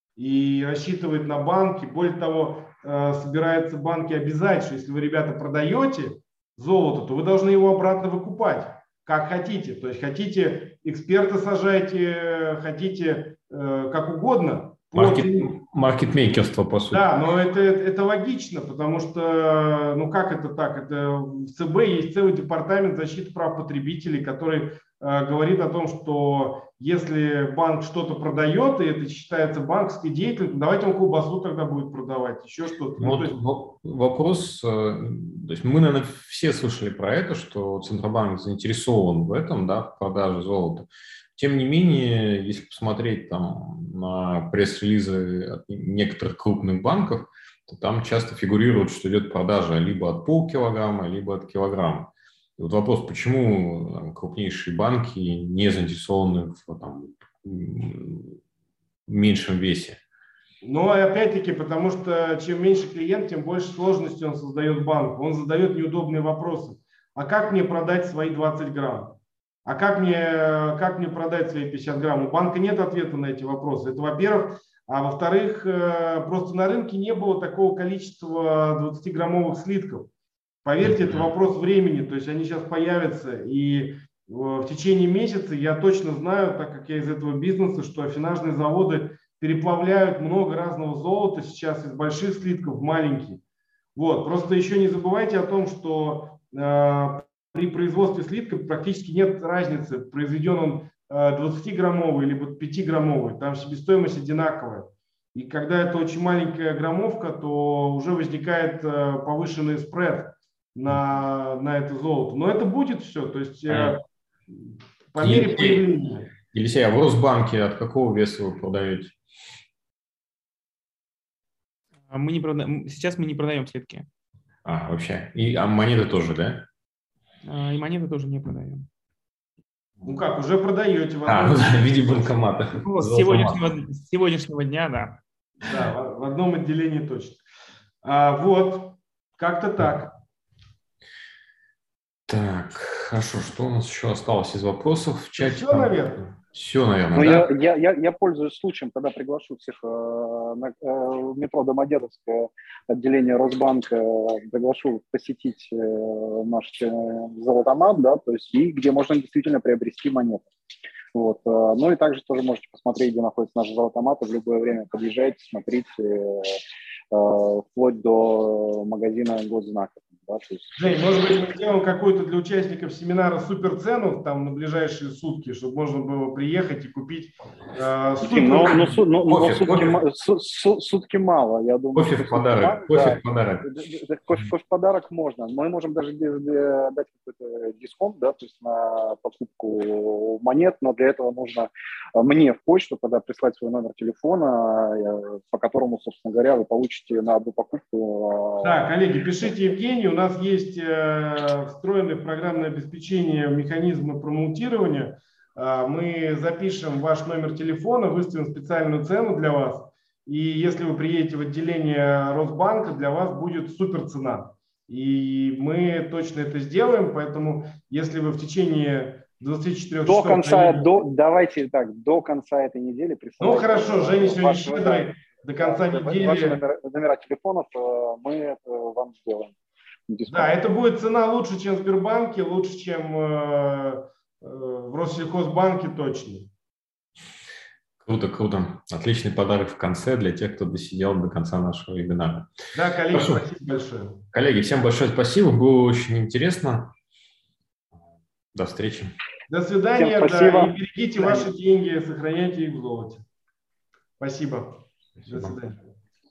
и рассчитывает на банки. Более того, собираются банки обязать, что если вы, ребята, продаете золото, то вы должны его обратно выкупать, как хотите. То есть хотите эксперта сажайте, хотите как угодно. Маркет, маркетмейкерство, по сути. Да, но это, это логично, потому что, ну как это так? Это в цэ бэ есть целый департамент защиты прав потребителей, который э, говорит о том, что если банк что-то продает, и это считается банковской деятельностью, давайте он колбасу тогда будет продавать, еще что-то. Вот, ну, есть... Вопрос, то есть мы, наверное, все слышали про это, что Центробанк заинтересован в этом, да, в продаже золота. Тем не менее, если посмотреть там на пресс-релизы от некоторых крупных банков, то там часто фигурирует, что идет продажа либо от полкилограмма, либо от килограмма. И вот вопрос, почему там, крупнейшие банки не заинтересованы в там, меньшем весе? Но опять-таки, потому что чем меньше клиент, тем больше сложностей он создает банку. Он задает неудобные вопросы. А как мне продать свои двадцать грамм? А как мне, как мне продать свои пятьдесят грамм? У банка нет ответа на эти вопросы. Это во-первых. А во-вторых, просто на рынке не было такого количества двадцатиграммовых слитков. Поверьте, это вопрос времени. То есть они сейчас появятся. И в течение месяца я точно знаю, так как я из этого бизнеса, что афинажные заводы переплавляют много разного золота сейчас из больших слитков в маленькие. Вот. Просто еще не забывайте о том, что э, при производстве слитка практически нет разницы, произведен он э, двадцатиграммовый либо пятиграммовый, там себестоимость одинаковая. И когда это очень маленькая граммовка, то уже возникает э, повышенный спред на, на это золото. Но это будет все, то есть э, по мере появления. Елисей, а в Росбанке от какого веса вы продаете? Мы не продаем, сейчас мы не продаем слитки. А, вообще. И а монеты тоже, да? И монеты тоже не продаем. Ну как, уже продаете. В а, ну да, в виде банкомата. Ну, с, сегодняшнего, с сегодняшнего дня, да. Да, в, в одном отделении точно. А, вот, как-то так. Так, хорошо, что у нас еще осталось из вопросов в чате? Все, наверное. Все, наверное, ну, да? Я, я, я пользуюсь случаем, когда приглашу всех э, на э, метро Домодедовское отделение Росбанка, приглашу посетить э, наш э, золотомат, да, то есть и где можно действительно приобрести монеты. Вот. Э, ну и также тоже можете посмотреть, где находится наш золотомат, и в любое время подъезжайте, смотрите, э, э, вплоть до магазина Госзнаков. Да, есть... Жень, может быть, мы сделаем какую-то для участников семинара суперцену там на ближайшие сутки, чтобы можно было приехать и купить э, сутки. Но, но, но, но, но сутки, су, су, сутки мало, я думаю. Кофе в подарок. Кофе да, в подарок. Кофе, кофе в подарок можно. Мы можем даже дать какой-то дисконт, да, то есть на покупку монет, но для этого нужно мне в почту тогда прислать свой номер телефона, по которому, собственно говоря, вы получите на одну покупку. Да, коллеги, пишите Евгению. У нас есть э, встроенное в программное обеспечение механизмы промоутирования. Э, мы запишем ваш номер телефона, выставим специальную цену для вас. И если вы приедете в отделение Росбанка, для вас будет супер цена. И мы точно это сделаем. Поэтому, если вы в течение двадцати четырёх до часов... Конца, проедете... до, давайте так, до конца этой недели присылайте. Ну хорошо, Женя сегодня ваш, щедрый. До конца да, недели... Ваши номера, номера телефонов мы вам сделаем. Да, это будет цена лучше, чем в Сбербанке, лучше, чем э, э, в Россельхозбанке точно. Круто, круто. Отличный подарок в конце для тех, кто досидел до конца нашего вебинара. Да, коллеги, Хорошо. Спасибо большое. Коллеги, всем большое спасибо, было очень интересно. До встречи. До свидания, всем спасибо. Да, и берегите ваши деньги, сохраняйте их в золоте. Спасибо. спасибо. До свидания.